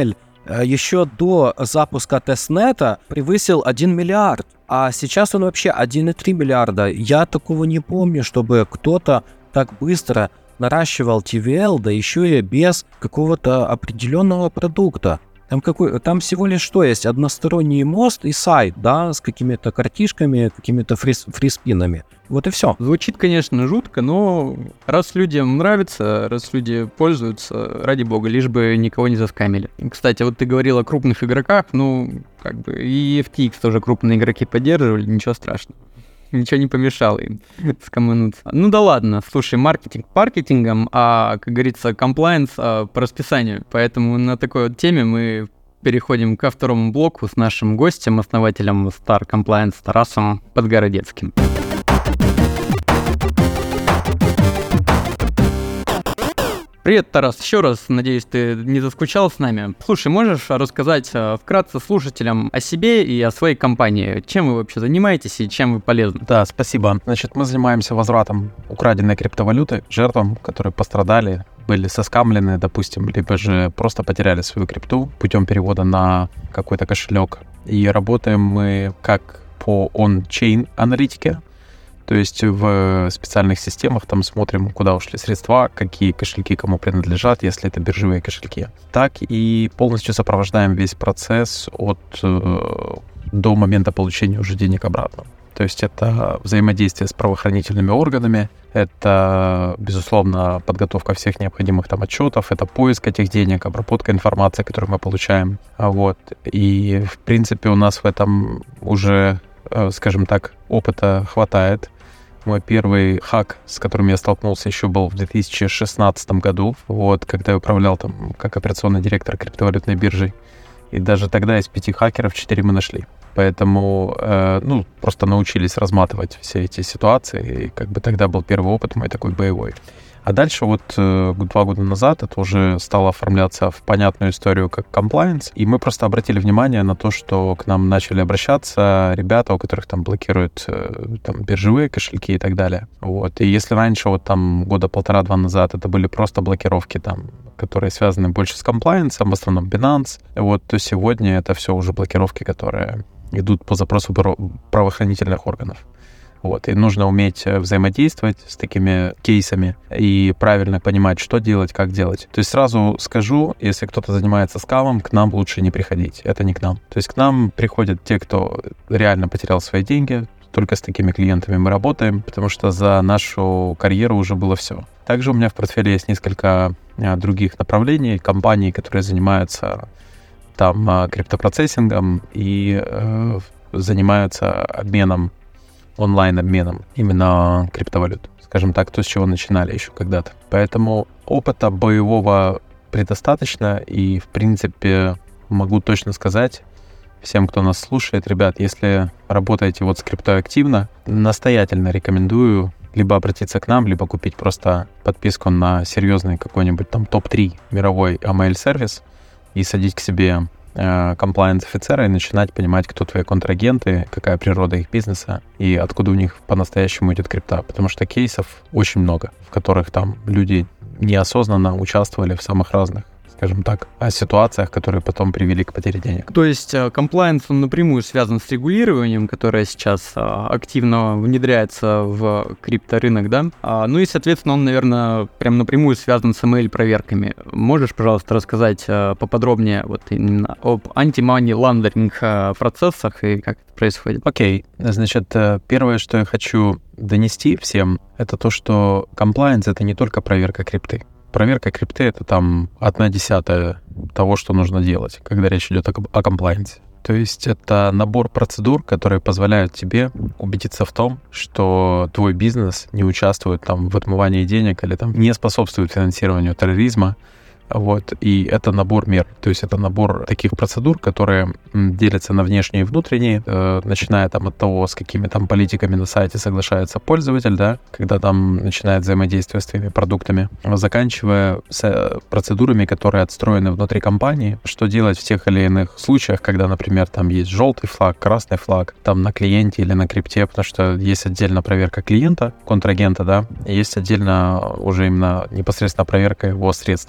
еще до запуска тестнета превысил один миллиард, а сейчас он вообще один целых три миллиарда. Я такого не помню, чтобы кто-то так быстро наращивал ти ви эл, да еще и без какого-то определенного продукта. Там, какой, там всего лишь что есть? Односторонний мост и сайт, да, с какими-то картишками, какими-то фрис, фриспинами. Вот и все. Звучит, конечно, жутко, но раз людям нравится, раз люди пользуются, ради бога, лишь бы никого не заскамили. И, кстати, вот ты говорил о крупных игроках, ну, как бы и эф ти экс тоже крупные игроки поддерживали, ничего страшного. Ничего не помешало им скоммунуться. Ну да ладно, слушай, маркетинг маркетингом, а, как говорится, комплайенс а, по расписанию. Поэтому на такой вот теме мы переходим ко второму блоку с нашим гостем, основателем Star Compliance Тарасом Подгородецким. Привет, Тарас, еще раз, надеюсь, ты не заскучал с нами. Слушай, можешь рассказать э, вкратце слушателям о себе и о своей компании? Чем вы вообще занимаетесь и чем вы полезны? Да, спасибо. Значит, мы занимаемся возвратом украденной криптовалюты жертвам, которые пострадали, были соскамлены, допустим, либо же просто потеряли свою крипту путем перевода на какой-то кошелек. И работаем мы как по он-чейн аналитике. То есть в специальных системах там смотрим, куда ушли средства, какие кошельки кому принадлежат, если это биржевые кошельки. Так и полностью сопровождаем весь процесс от до момента получения уже денег обратно. То есть это взаимодействие с правоохранительными органами, это, безусловно, подготовка всех необходимых там отчетов, это поиск этих денег, обработка информации, которую мы получаем. Вот. И, в принципе, у нас в этом уже, скажем так, опыта хватает. Мой первый хак, с которым я столкнулся, еще был в две тысячи шестнадцатом году, вот, когда я управлял там как операционный директор криптовалютной биржи. И даже тогда из пяти хакеров четыре мы нашли. Поэтому, э, ну, просто научились разматывать все эти ситуации. И как бы тогда был первый опыт мой такой боевой. А дальше вот э, два года назад это уже стало оформляться в понятную историю как compliance, и мы просто обратили внимание на то, что к нам начали обращаться ребята, у которых там блокируют э, там биржевые кошельки и так далее. Вот. И если раньше вот там года полтора-два назад это были просто блокировки там, которые связаны больше с compliance, в основном Binance, вот, то сегодня это все уже блокировки, которые идут по запросу правоохранительных органов. Вот, и нужно уметь взаимодействовать с такими кейсами и правильно понимать, что делать, как делать. То есть сразу скажу, если кто-то занимается скамом, к нам лучше не приходить. Это не к нам. То есть к нам приходят те, кто реально потерял свои деньги. Только с такими клиентами мы работаем, потому что за нашу карьеру уже было все. Также у меня в портфеле есть несколько других направлений, компаний, которые занимаются там криптопроцессингом и э, занимаются обменом, онлайн-обменом именно криптовалют. Скажем так, то, с чего начинали еще когда-то. Поэтому опыта боевого предостаточно, и, в принципе, могу точно сказать всем, кто нас слушает, ребят, если работаете вот с криптой активно, настоятельно рекомендую либо обратиться к нам, либо купить просто подписку на серьезный какой-нибудь там топ три мировой эй эм эл-сервис и садить к себе комплайенс-офицера и начинать понимать, кто твои контрагенты, какая природа их бизнеса и откуда у них по-настоящему идет крипта. Потому что кейсов очень много, в которых там люди неосознанно участвовали в самых разных, скажем так, о ситуациях, которые потом привели к потере денег. То есть комплайенс, он напрямую связан с регулированием, которое сейчас а, активно внедряется в крипторынок, да? А, ну и, соответственно, он, наверное, прям напрямую связан с эм эл-проверками. Можешь, пожалуйста, рассказать а, поподробнее вот именно об анти-мани ландеринг а, процессах и как это происходит? Окей, okay. Значит, первое, что я хочу донести всем, это то, что комплайенс — это не только проверка крипты. Проверка крипты — это там одна десятая того, что нужно делать, когда речь идет о комплайенсе. То есть это набор процедур, которые позволяют тебе убедиться в том, что твой бизнес не участвует там в отмывании денег или там не способствует финансированию терроризма. Вот, и это набор мер, то есть это набор таких процедур, которые делятся на внешние и внутренние, э, начиная там от того, с какими там политиками на сайте соглашается пользователь, да, когда там начинает взаимодействие с твоими продуктами, заканчивая с процедурами, которые отстроены внутри компании, что делать в тех или иных случаях, когда, например, там есть желтый флаг, красный флаг, там на клиенте или на крипте, потому что есть отдельно проверка клиента, контрагента, да, и есть отдельно уже именно непосредственно проверка его средств, то есть это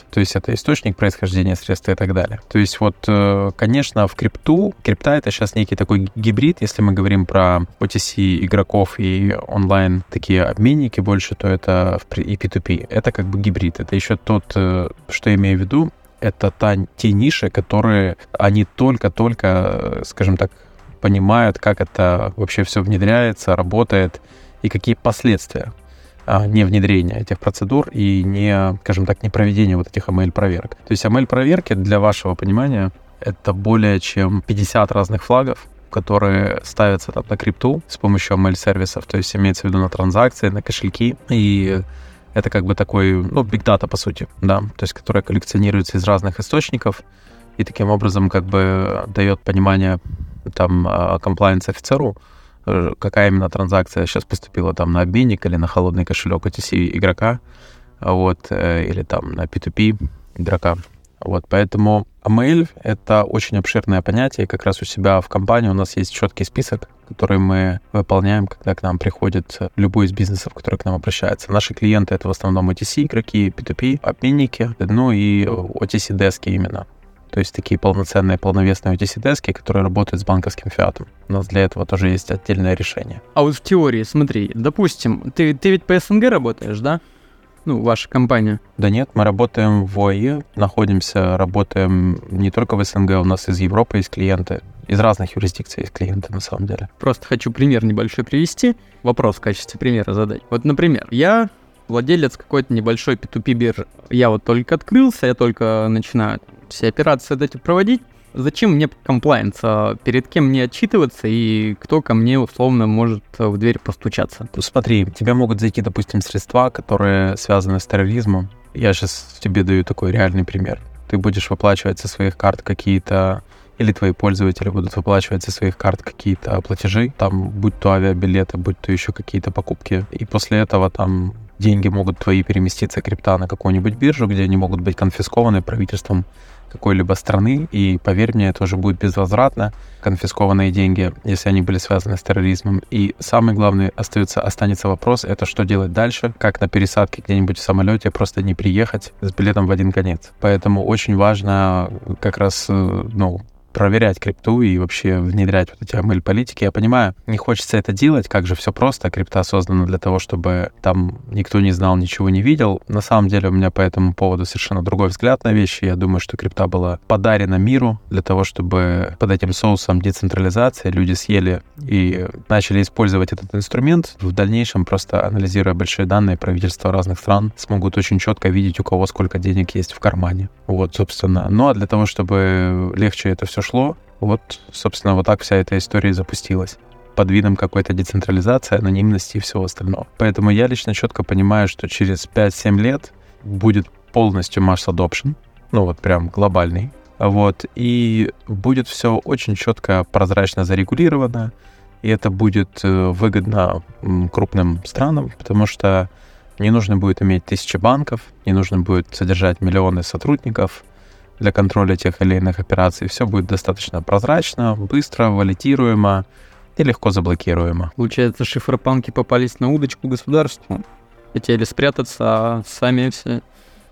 это источник происхождения средств и так далее. То есть вот, конечно, в крипту, крипта — это сейчас некий такой гибрид, если мы говорим про о ти си игроков и онлайн такие обменники больше, то это и пи ту пи. Это как бы гибрид. Это еще тот, что я имею в виду, это та, те ниши, которые они только-только, скажем так, понимают, как это вообще все внедряется, работает и какие последствия а, не внедрения этих процедур и не, скажем так, не проведения вот этих эм эл-проверок. То есть эм эл-проверки, для вашего понимания, это более чем пятьдесят разных флагов, которые ставятся там на крипту с помощью эм эл-сервисов, то есть имеется в виду на транзакции, на кошельки, и это как бы такой, ну, big data, по сути, да, то есть которая коллекционируется из разных источников и таким образом как бы дает понимание там комплаенс-офицеру, какая именно транзакция сейчас поступила там на обменник или на холодный кошелек о ти си игрока, вот, или там на пи ту пи игрока. Вот, поэтому эм эл — это очень обширное понятие, и как раз у себя в компании у нас есть четкий список, который мы выполняем, когда к нам приходит любой из бизнесов, который к нам обращается. Наши клиенты — это в основном о ти си игроки, пи ту пи, обменники, ну и о ти си-дески именно. То есть такие полноценные, полновесные о ти си-дески, которые работают с банковским фиатом. У нас для этого тоже есть отдельное решение. А вот в теории, смотри, допустим, ты, ты ведь по эс эн гэ работаешь, да? Ну, ваша компания. Да нет, мы работаем в ОАЭ, находимся, работаем не только в эс эн гэ, у нас из Европы есть клиенты, из разных юрисдикций есть клиенты на самом деле. Просто хочу пример небольшой привести, вопрос в качестве примера задать. Вот, например, я владелец какой-то небольшой пи ту пи биржи. Я вот только открылся, я только начинаю все операции вот эти проводить. Зачем мне комплайнс? Перед кем мне отчитываться и кто ко мне условно может в дверь постучаться? Смотри, тебе могут зайти, допустим, средства, которые связаны с терроризмом. Я сейчас тебе даю такой реальный пример. Ты будешь выплачивать со своих карт какие-то, или твои пользователи будут выплачивать со своих карт какие-то платежи, там, будь то авиабилеты, будь то еще какие-то покупки. И после этого там деньги могут твои переместиться, крипта, на какую-нибудь биржу, где они могут быть конфискованы правительством какой-либо страны, и, поверь мне, это уже будет безвозвратно, конфискованные деньги, если они были связаны с терроризмом. И самый главный остается, останется вопрос, это что делать дальше, как на пересадке где-нибудь в самолете просто не приехать с билетом в один конец. Поэтому очень важно как раз, ну, проверять крипту и вообще внедрять вот эти эм эл-политики. Я понимаю, не хочется это делать, как же все просто. Крипта создана для того, чтобы там никто не знал, ничего не видел. На самом деле у меня по этому поводу совершенно другой взгляд на вещи. Я думаю, что крипта была подарена миру для того, чтобы под этим соусом децентрализации люди съели и начали использовать этот инструмент. В дальнейшем, просто анализируя большие данные, правительства разных стран смогут очень четко видеть, у кого сколько денег есть в кармане. Вот, собственно. Ну, а для того, чтобы легче это все шло, вот, собственно, вот так вся эта история запустилась. Под видом какой-то децентрализации, анонимности и всего остального. Поэтому я лично четко понимаю, что через пять-семь лет будет полностью mass adoption, ну вот прям глобальный, вот, и будет все очень четко, прозрачно зарегулировано, и это будет выгодно крупным странам, потому что не нужно будет иметь тысячи банков, не нужно будет содержать миллионы сотрудников для контроля тех или иных операций. Все будет достаточно прозрачно, быстро, валидируемо и легко заблокируемо. Получается, шифропанки попались на удочку государству. Хотели спрятаться, а сами все...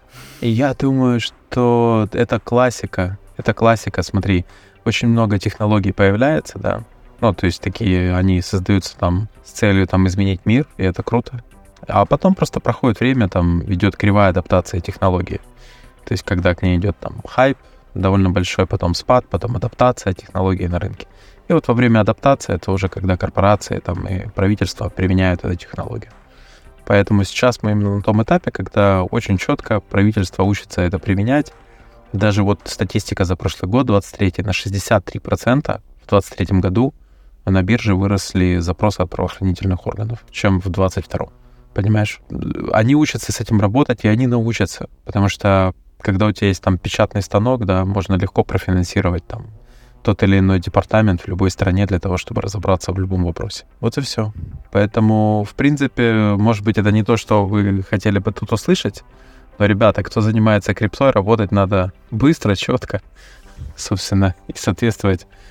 И я думаю, что это классика. Это классика, смотри. Очень много технологий появляется, да. Ну, то есть такие, они создаются там с целью там изменить мир, и это круто. А потом просто проходит время, там идет кривая адаптация технологии. То есть, когда к ней идет там хайп довольно большой, потом спад, потом адаптация технологий на рынке. И вот во время адаптации это уже когда корпорации там, и правительства применяют эту технологию. Поэтому сейчас мы именно на том этапе, когда очень четко правительство учится это применять. Даже вот статистика за прошлый год, двадцать третий, на шестьдесят три процента в двадцать третьем году на бирже выросли запросы от правоохранительных органов, чем в двадцать втором. Понимаешь? Они учатся с этим работать, и они научатся, потому что когда у тебя есть там печатный станок, да, можно легко профинансировать там тот или иной департамент в любой стране для того, чтобы разобраться в любом вопросе. Вот и все. Поэтому, в принципе, может быть, это не то, что вы хотели бы тут услышать, но, ребята, кто занимается криптой, работать надо быстро, четко, собственно, и соответствовать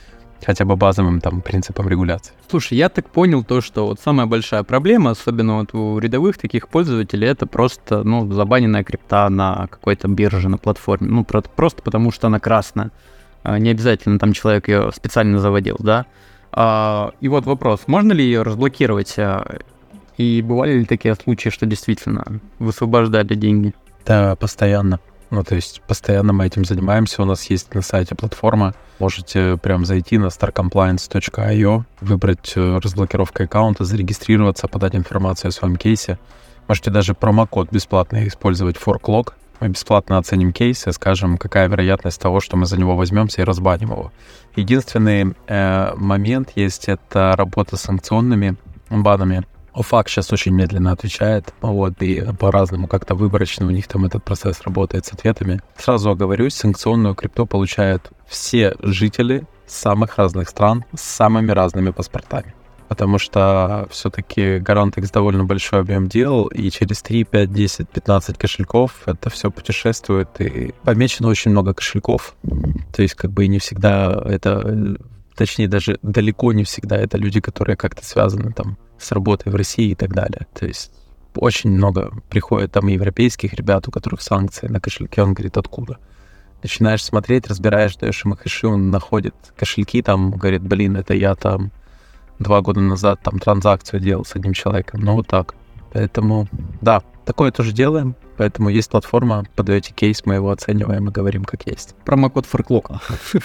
хотя бы базовым там принципам регуляции. Слушай, я так понял то, что вот самая большая проблема, особенно вот у рядовых таких пользователей, это просто, ну, забаненная крипта на какой-то бирже, на платформе. Ну, про- просто потому что она красная. А, не обязательно там человек ее специально заводил, да? А, и вот вопрос, можно ли ее разблокировать? А, и бывали ли такие случаи, что действительно высвобождали деньги? Да, постоянно. Ну, то есть постоянно мы этим занимаемся. У нас есть на сайте платформа. Можете прям зайти на star compliance точка ай о, выбрать разблокировку аккаунта, зарегистрироваться, подать информацию о своем кейсе. Можете даже промокод бесплатно использовать ForkLock. Мы бесплатно оценим кейс и скажем, какая вероятность того, что мы за него возьмемся и разбаним его. Единственный э, момент есть, это работа с санкционными банами. ОФАК сейчас очень медленно отвечает, вот, и по-разному, как-то выборочно у них там этот процесс работает с ответами. Сразу оговорюсь, санкционную крипту получают все жители самых разных стран с самыми разными паспортами. Потому что все-таки Garantix довольно большой объем дел, и через три, пять, десять, пятнадцать кошельков это все путешествует, и помечено очень много кошельков. То есть как бы и не всегда это, точнее даже далеко не всегда это люди, которые как-то связаны там с работой в России и так далее. То есть очень много приходит там европейских ребят, у которых санкции на кошельке, он говорит, откуда? Начинаешь смотреть, разбираешь, даешь ему хэши, он находит кошельки, там, говорит, блин, это я там два года назад там транзакцию делал с одним человеком, ну вот так. Поэтому, да, такое тоже делаем, поэтому есть платформа, подаете кейс, мы его оцениваем и говорим, как есть. Промокод ForkLock.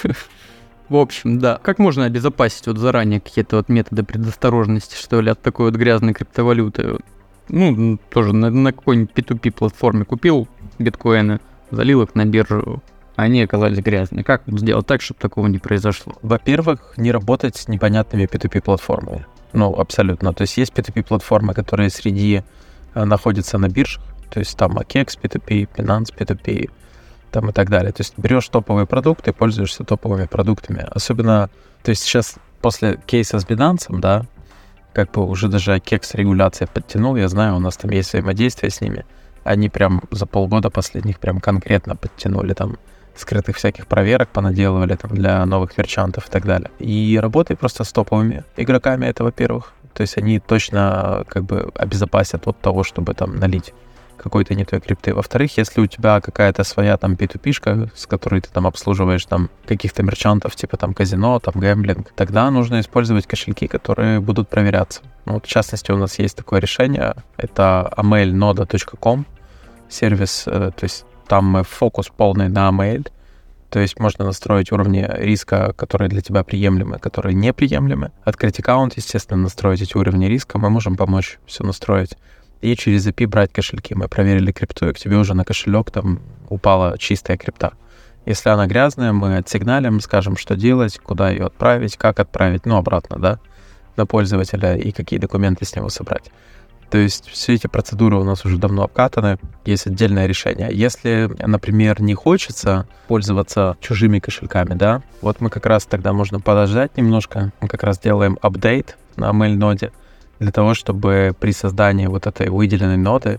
В общем, да. Как можно обезопасить вот заранее какие-то вот методы предосторожности, что ли, от такой вот грязной криптовалюты? Ну, тоже на, на какой-нибудь пи ту пи платформе купил биткоины, залил их на биржу, а они оказались грязными. Как сделать так, чтобы такого не произошло? Во-первых, не работать с непонятными пи ту пи платформами. Ну, абсолютно. То есть есть пи ту пи платформы, которые среди э, находятся на биржах, то есть там Akex пи ту пи, Binance пи ту пи, там и так далее. То есть берешь топовые продукты, пользуешься топовыми продуктами. Особенно, то есть сейчас после кейса с Binance, да, как бы уже даже Akex регуляция подтянул, я знаю, у нас там есть взаимодействие с ними. Они прям за полгода последних прям конкретно подтянули там скрытых всяких проверок, понаделывали там для новых мерчантов и так далее. И работай просто с топовыми игроками, это во-первых. То есть они точно как бы обезопасят от того, чтобы там налить какой-то не той крипты. Во-вторых, если у тебя какая-то своя там пи ту пи-шка, с которой ты там обслуживаешь там каких-то мерчантов, типа там казино, там гэмблинг, тогда нужно использовать кошельки, которые будут проверяться. Ну, вот, в частности, у нас есть такое решение, это amail нода точка ком сервис, э, то есть там фокус полный на Amail, то есть можно настроить уровни риска, которые для тебя приемлемы, которые неприемлемы. Открыть аккаунт, естественно, настроить эти уровни риска, мы можем помочь все настроить. И через эй пи ай брать кошельки. Мы проверили крипту, и к тебе уже на кошелек там упала чистая крипта. Если она грязная, мы отсигналим, скажем, что делать, куда ее отправить, как отправить, ну, обратно, да, на пользователя и какие документы с него собрать. То есть все эти процедуры у нас уже давно обкатаны, есть отдельное решение. Если, например, не хочется пользоваться чужими кошельками, да, вот мы как раз тогда можно подождать немножко, мы как раз делаем апдейт на Mail-ноде, для того, чтобы при создании вот этой выделенной ноды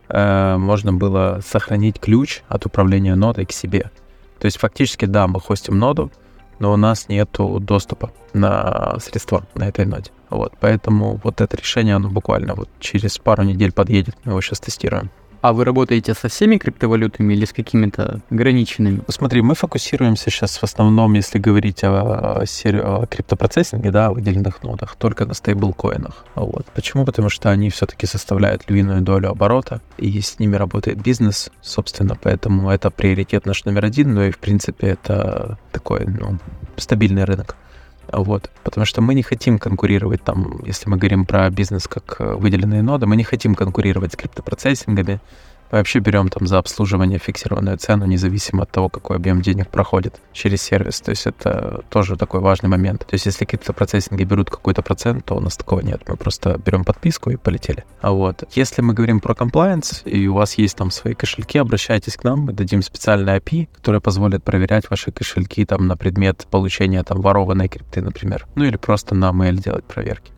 э, можно было сохранить ключ от управления нодой к себе. То есть фактически, да, мы хостим ноду, но у нас нету доступа на средства на этой ноде. Вот, поэтому вот это решение, оно буквально вот через пару недель подъедет, мы его сейчас тестируем. А вы работаете со всеми криптовалютами или с какими-то ограниченными? Смотри, мы фокусируемся сейчас в основном, если говорить о, о, о криптопроцессинге, да, о выделенных нодах, только на стейблкоинах. Вот. Почему? Потому что они все-таки составляют львиную долю оборота, и с ними работает бизнес, собственно, поэтому это приоритет наш номер один, но и, в принципе, это такой, ну, стабильный рынок. Вот, потому что мы не хотим конкурировать там, если мы говорим про бизнес как выделенные ноды, мы не хотим конкурировать с криптопроцессингами. Мы вообще берем там за обслуживание фиксированную цену, независимо от того, какой объем денег проходит через сервис. То есть это тоже такой важный момент. То есть если криптопроцессинги берут какой-то процент, то у нас такого нет. Мы просто берем подписку и полетели. А вот если мы говорим про комплаенс, и у вас есть там свои кошельки, обращайтесь к нам, мы дадим специальный эй пи ай, который позволит проверять ваши кошельки там на предмет получения там ворованной крипты, например. Ну или просто на mail делать проверки.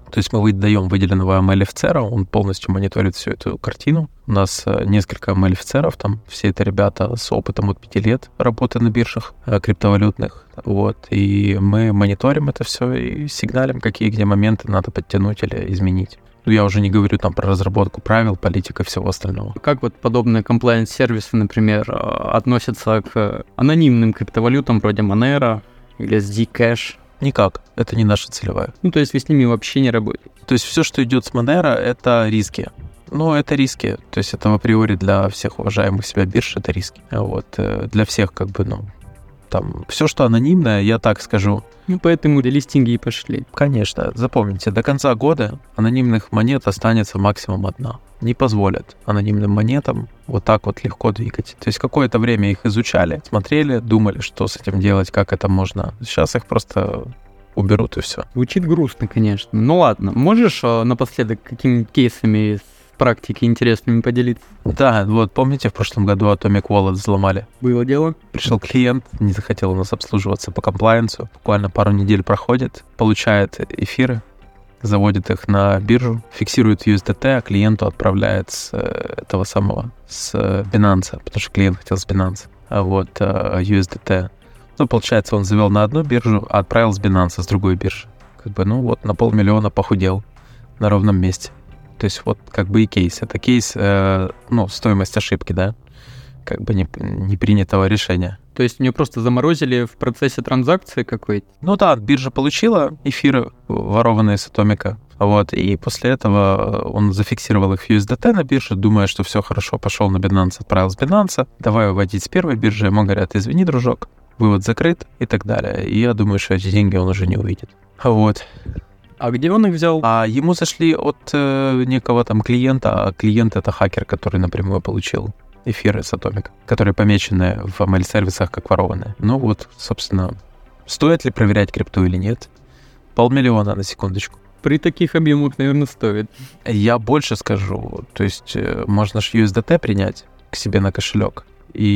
То есть мы выдаем выделенного эм эл-офицера, он полностью мониторит всю эту картину. У нас несколько эм эл-офицеров, там все это ребята с опытом от пяти лет работы на биржах криптовалютных. Вот, и мы мониторим это все и сигналим, какие где моменты надо подтянуть или изменить. Ну, я уже не говорю там про разработку правил, политика и всего остального. Как вот подобные комплаенс-сервисы, например, относятся к анонимным криптовалютам вроде Monero или Zcash? Никак. Это не наша целевая. Ну, то есть вы с ними вообще не работаете? То есть все, что идет с Monero, это риски. Ну, это риски. То есть это априори для всех уважаемых себя бирж, это риски. Вот. Для всех как бы, ну, там, все, что анонимное, я так скажу. Ну, поэтому делистинги и пошли. Конечно. Запомните, до конца года анонимных монет останется максимум одна. Не позволят анонимным монетам вот так вот легко двигать. То есть какое-то время их изучали, смотрели, думали, что с этим делать, как это можно. Сейчас их просто уберут и все. Звучит грустно, конечно. Ну ладно, можешь э, напоследок какими-нибудь кейсами из практики интересными поделиться? Да, вот помните, в прошлом году Atomic Wallet взломали? Было дело. Пришел клиент, не захотел у нас обслуживаться по комплаенсу. Буквально пару недель проходит, получает эфиры, заводит их на биржу, фиксирует ю эс ди ти, а клиенту отправляет с этого самого, с Binance, потому что клиент хотел с Binance, а вот ю эс ди ти. Ну, получается, он завел на одну биржу, а отправил с Binance, с другой биржи. Как бы, ну, вот на полмиллиона похудел на ровном месте. То есть вот как бы и кейс. Это кейс, э, ну, стоимость ошибки, да, как бы не, не принятого решения. То есть мне просто заморозили в процессе транзакции какой-то? Ну да, биржа получила эфиры, ворованные с Атомика, вот, и после этого он зафиксировал их в ю эс ди ти на бирже, думая, что все хорошо, пошел на Binance, отправил с Binance, давай выводить с первой биржи, ему говорят, извини, дружок, вывод закрыт и так далее. И я думаю, что эти деньги он уже не увидит. Вот. А где он их взял? А ему зашли от э, некого там клиента, а клиент — это хакер, который напрямую получил эфиры с Atomic, которые помечены в эм эл-сервисах как ворованные. Ну вот, собственно, стоит ли проверять крипту или нет? Полмиллиона на секундочку. При таких объемах, наверное, стоит. Я больше скажу. То есть э, можно же ю эс ди ти принять к себе на кошелек,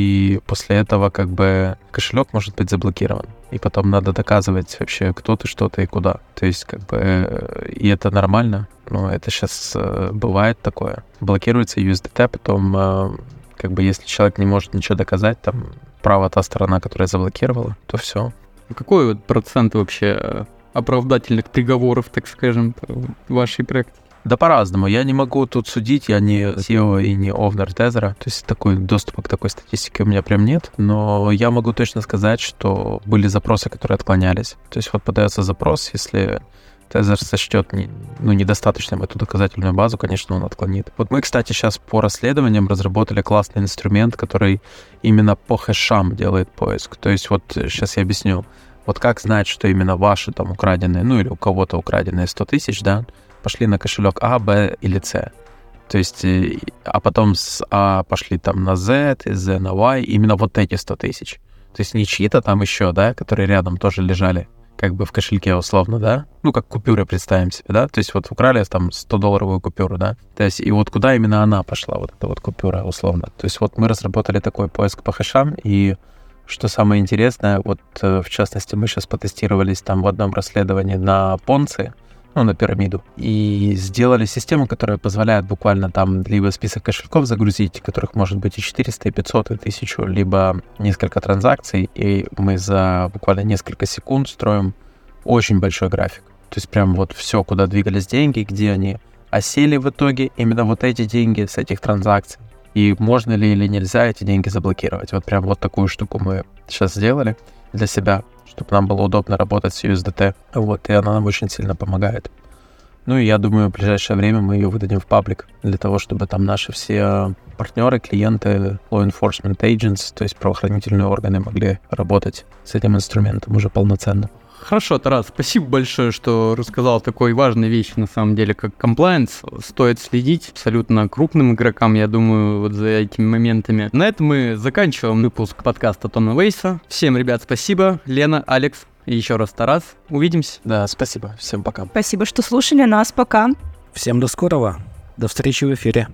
и после этого как бы кошелек может быть заблокирован. И потом надо доказывать вообще, кто ты, что ты и куда. То есть как бы э, и это нормально. Но это сейчас э, бывает такое. Блокируется ю эс ди ти, потом э, как бы если человек не может ничего доказать, там права та сторона, которая заблокировала, то все. Какой вот процент вообще оправдательных приговоров, так скажем, в вашей практике? Да по-разному. Я не могу тут судить, я не си и о и не овнер Тезера. То есть такой доступа к такой статистике у меня прям нет. Но я могу точно сказать, что были запросы, которые отклонялись. То есть вот подается запрос, если Тезер сочтет не, ну, недостаточным эту доказательную базу, конечно, он отклонит. Вот мы, кстати, сейчас по расследованиям разработали классный инструмент, который именно по хэшам делает поиск. То есть вот сейчас я объясню. Вот как знать, что именно ваши там украденные, ну или у кого-то украденные сто тысяч, да, пошли на кошелек А, Б или С. То есть, а потом с А пошли там на Z, из Z на Y, именно вот эти сто тысяч. То есть не чьи-то там еще, да, которые рядом тоже лежали, как бы в кошельке условно, да? Ну, как купюры представим себе, да? То есть вот украли там сто-долларовую купюру, да? То есть и вот куда именно она пошла, вот эта вот купюра условно. То есть вот мы разработали такой поиск по хэшам, и что самое интересное, вот в частности мы сейчас потестировались там в одном расследовании на Понци, ну, на пирамиду, и сделали систему, которая позволяет буквально там либо список кошельков загрузить, которых может быть и четыреста, и пятьсот, и тысячу, либо несколько транзакций, и мы за буквально несколько секунд строим очень большой график. То есть прям вот все, куда двигались деньги, где они осели в итоге, именно вот эти деньги с этих транзакций, и можно ли или нельзя эти деньги заблокировать. Вот прям вот такую штуку мы сейчас сделали для себя, чтобы нам было удобно работать с ю эс ди ти. Вот, и она нам очень сильно помогает. Ну и я думаю, в ближайшее время мы ее выдадим в паблик, для того, чтобы там наши все партнеры, клиенты, law enforcement agents, то есть правоохранительные органы, могли работать с этим инструментом уже полноценно. Хорошо, Тарас, спасибо большое, что рассказал такой важной вещи, на самом деле, как комплаенс. Стоит следить абсолютно крупным игрокам, я думаю, вот за этими моментами. На этом мы заканчиваем выпуск подкаста Тона Вейса. Всем, ребят, спасибо. Лена, Алекс и еще раз Тарас. Увидимся. Да, спасибо. Всем пока. Спасибо, что слушали нас. Пока. Всем до скорого. До встречи в эфире.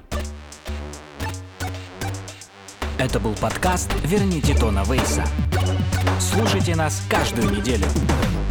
Это был подкаст «Верните Тона Вейса». Слушайте нас каждую неделю.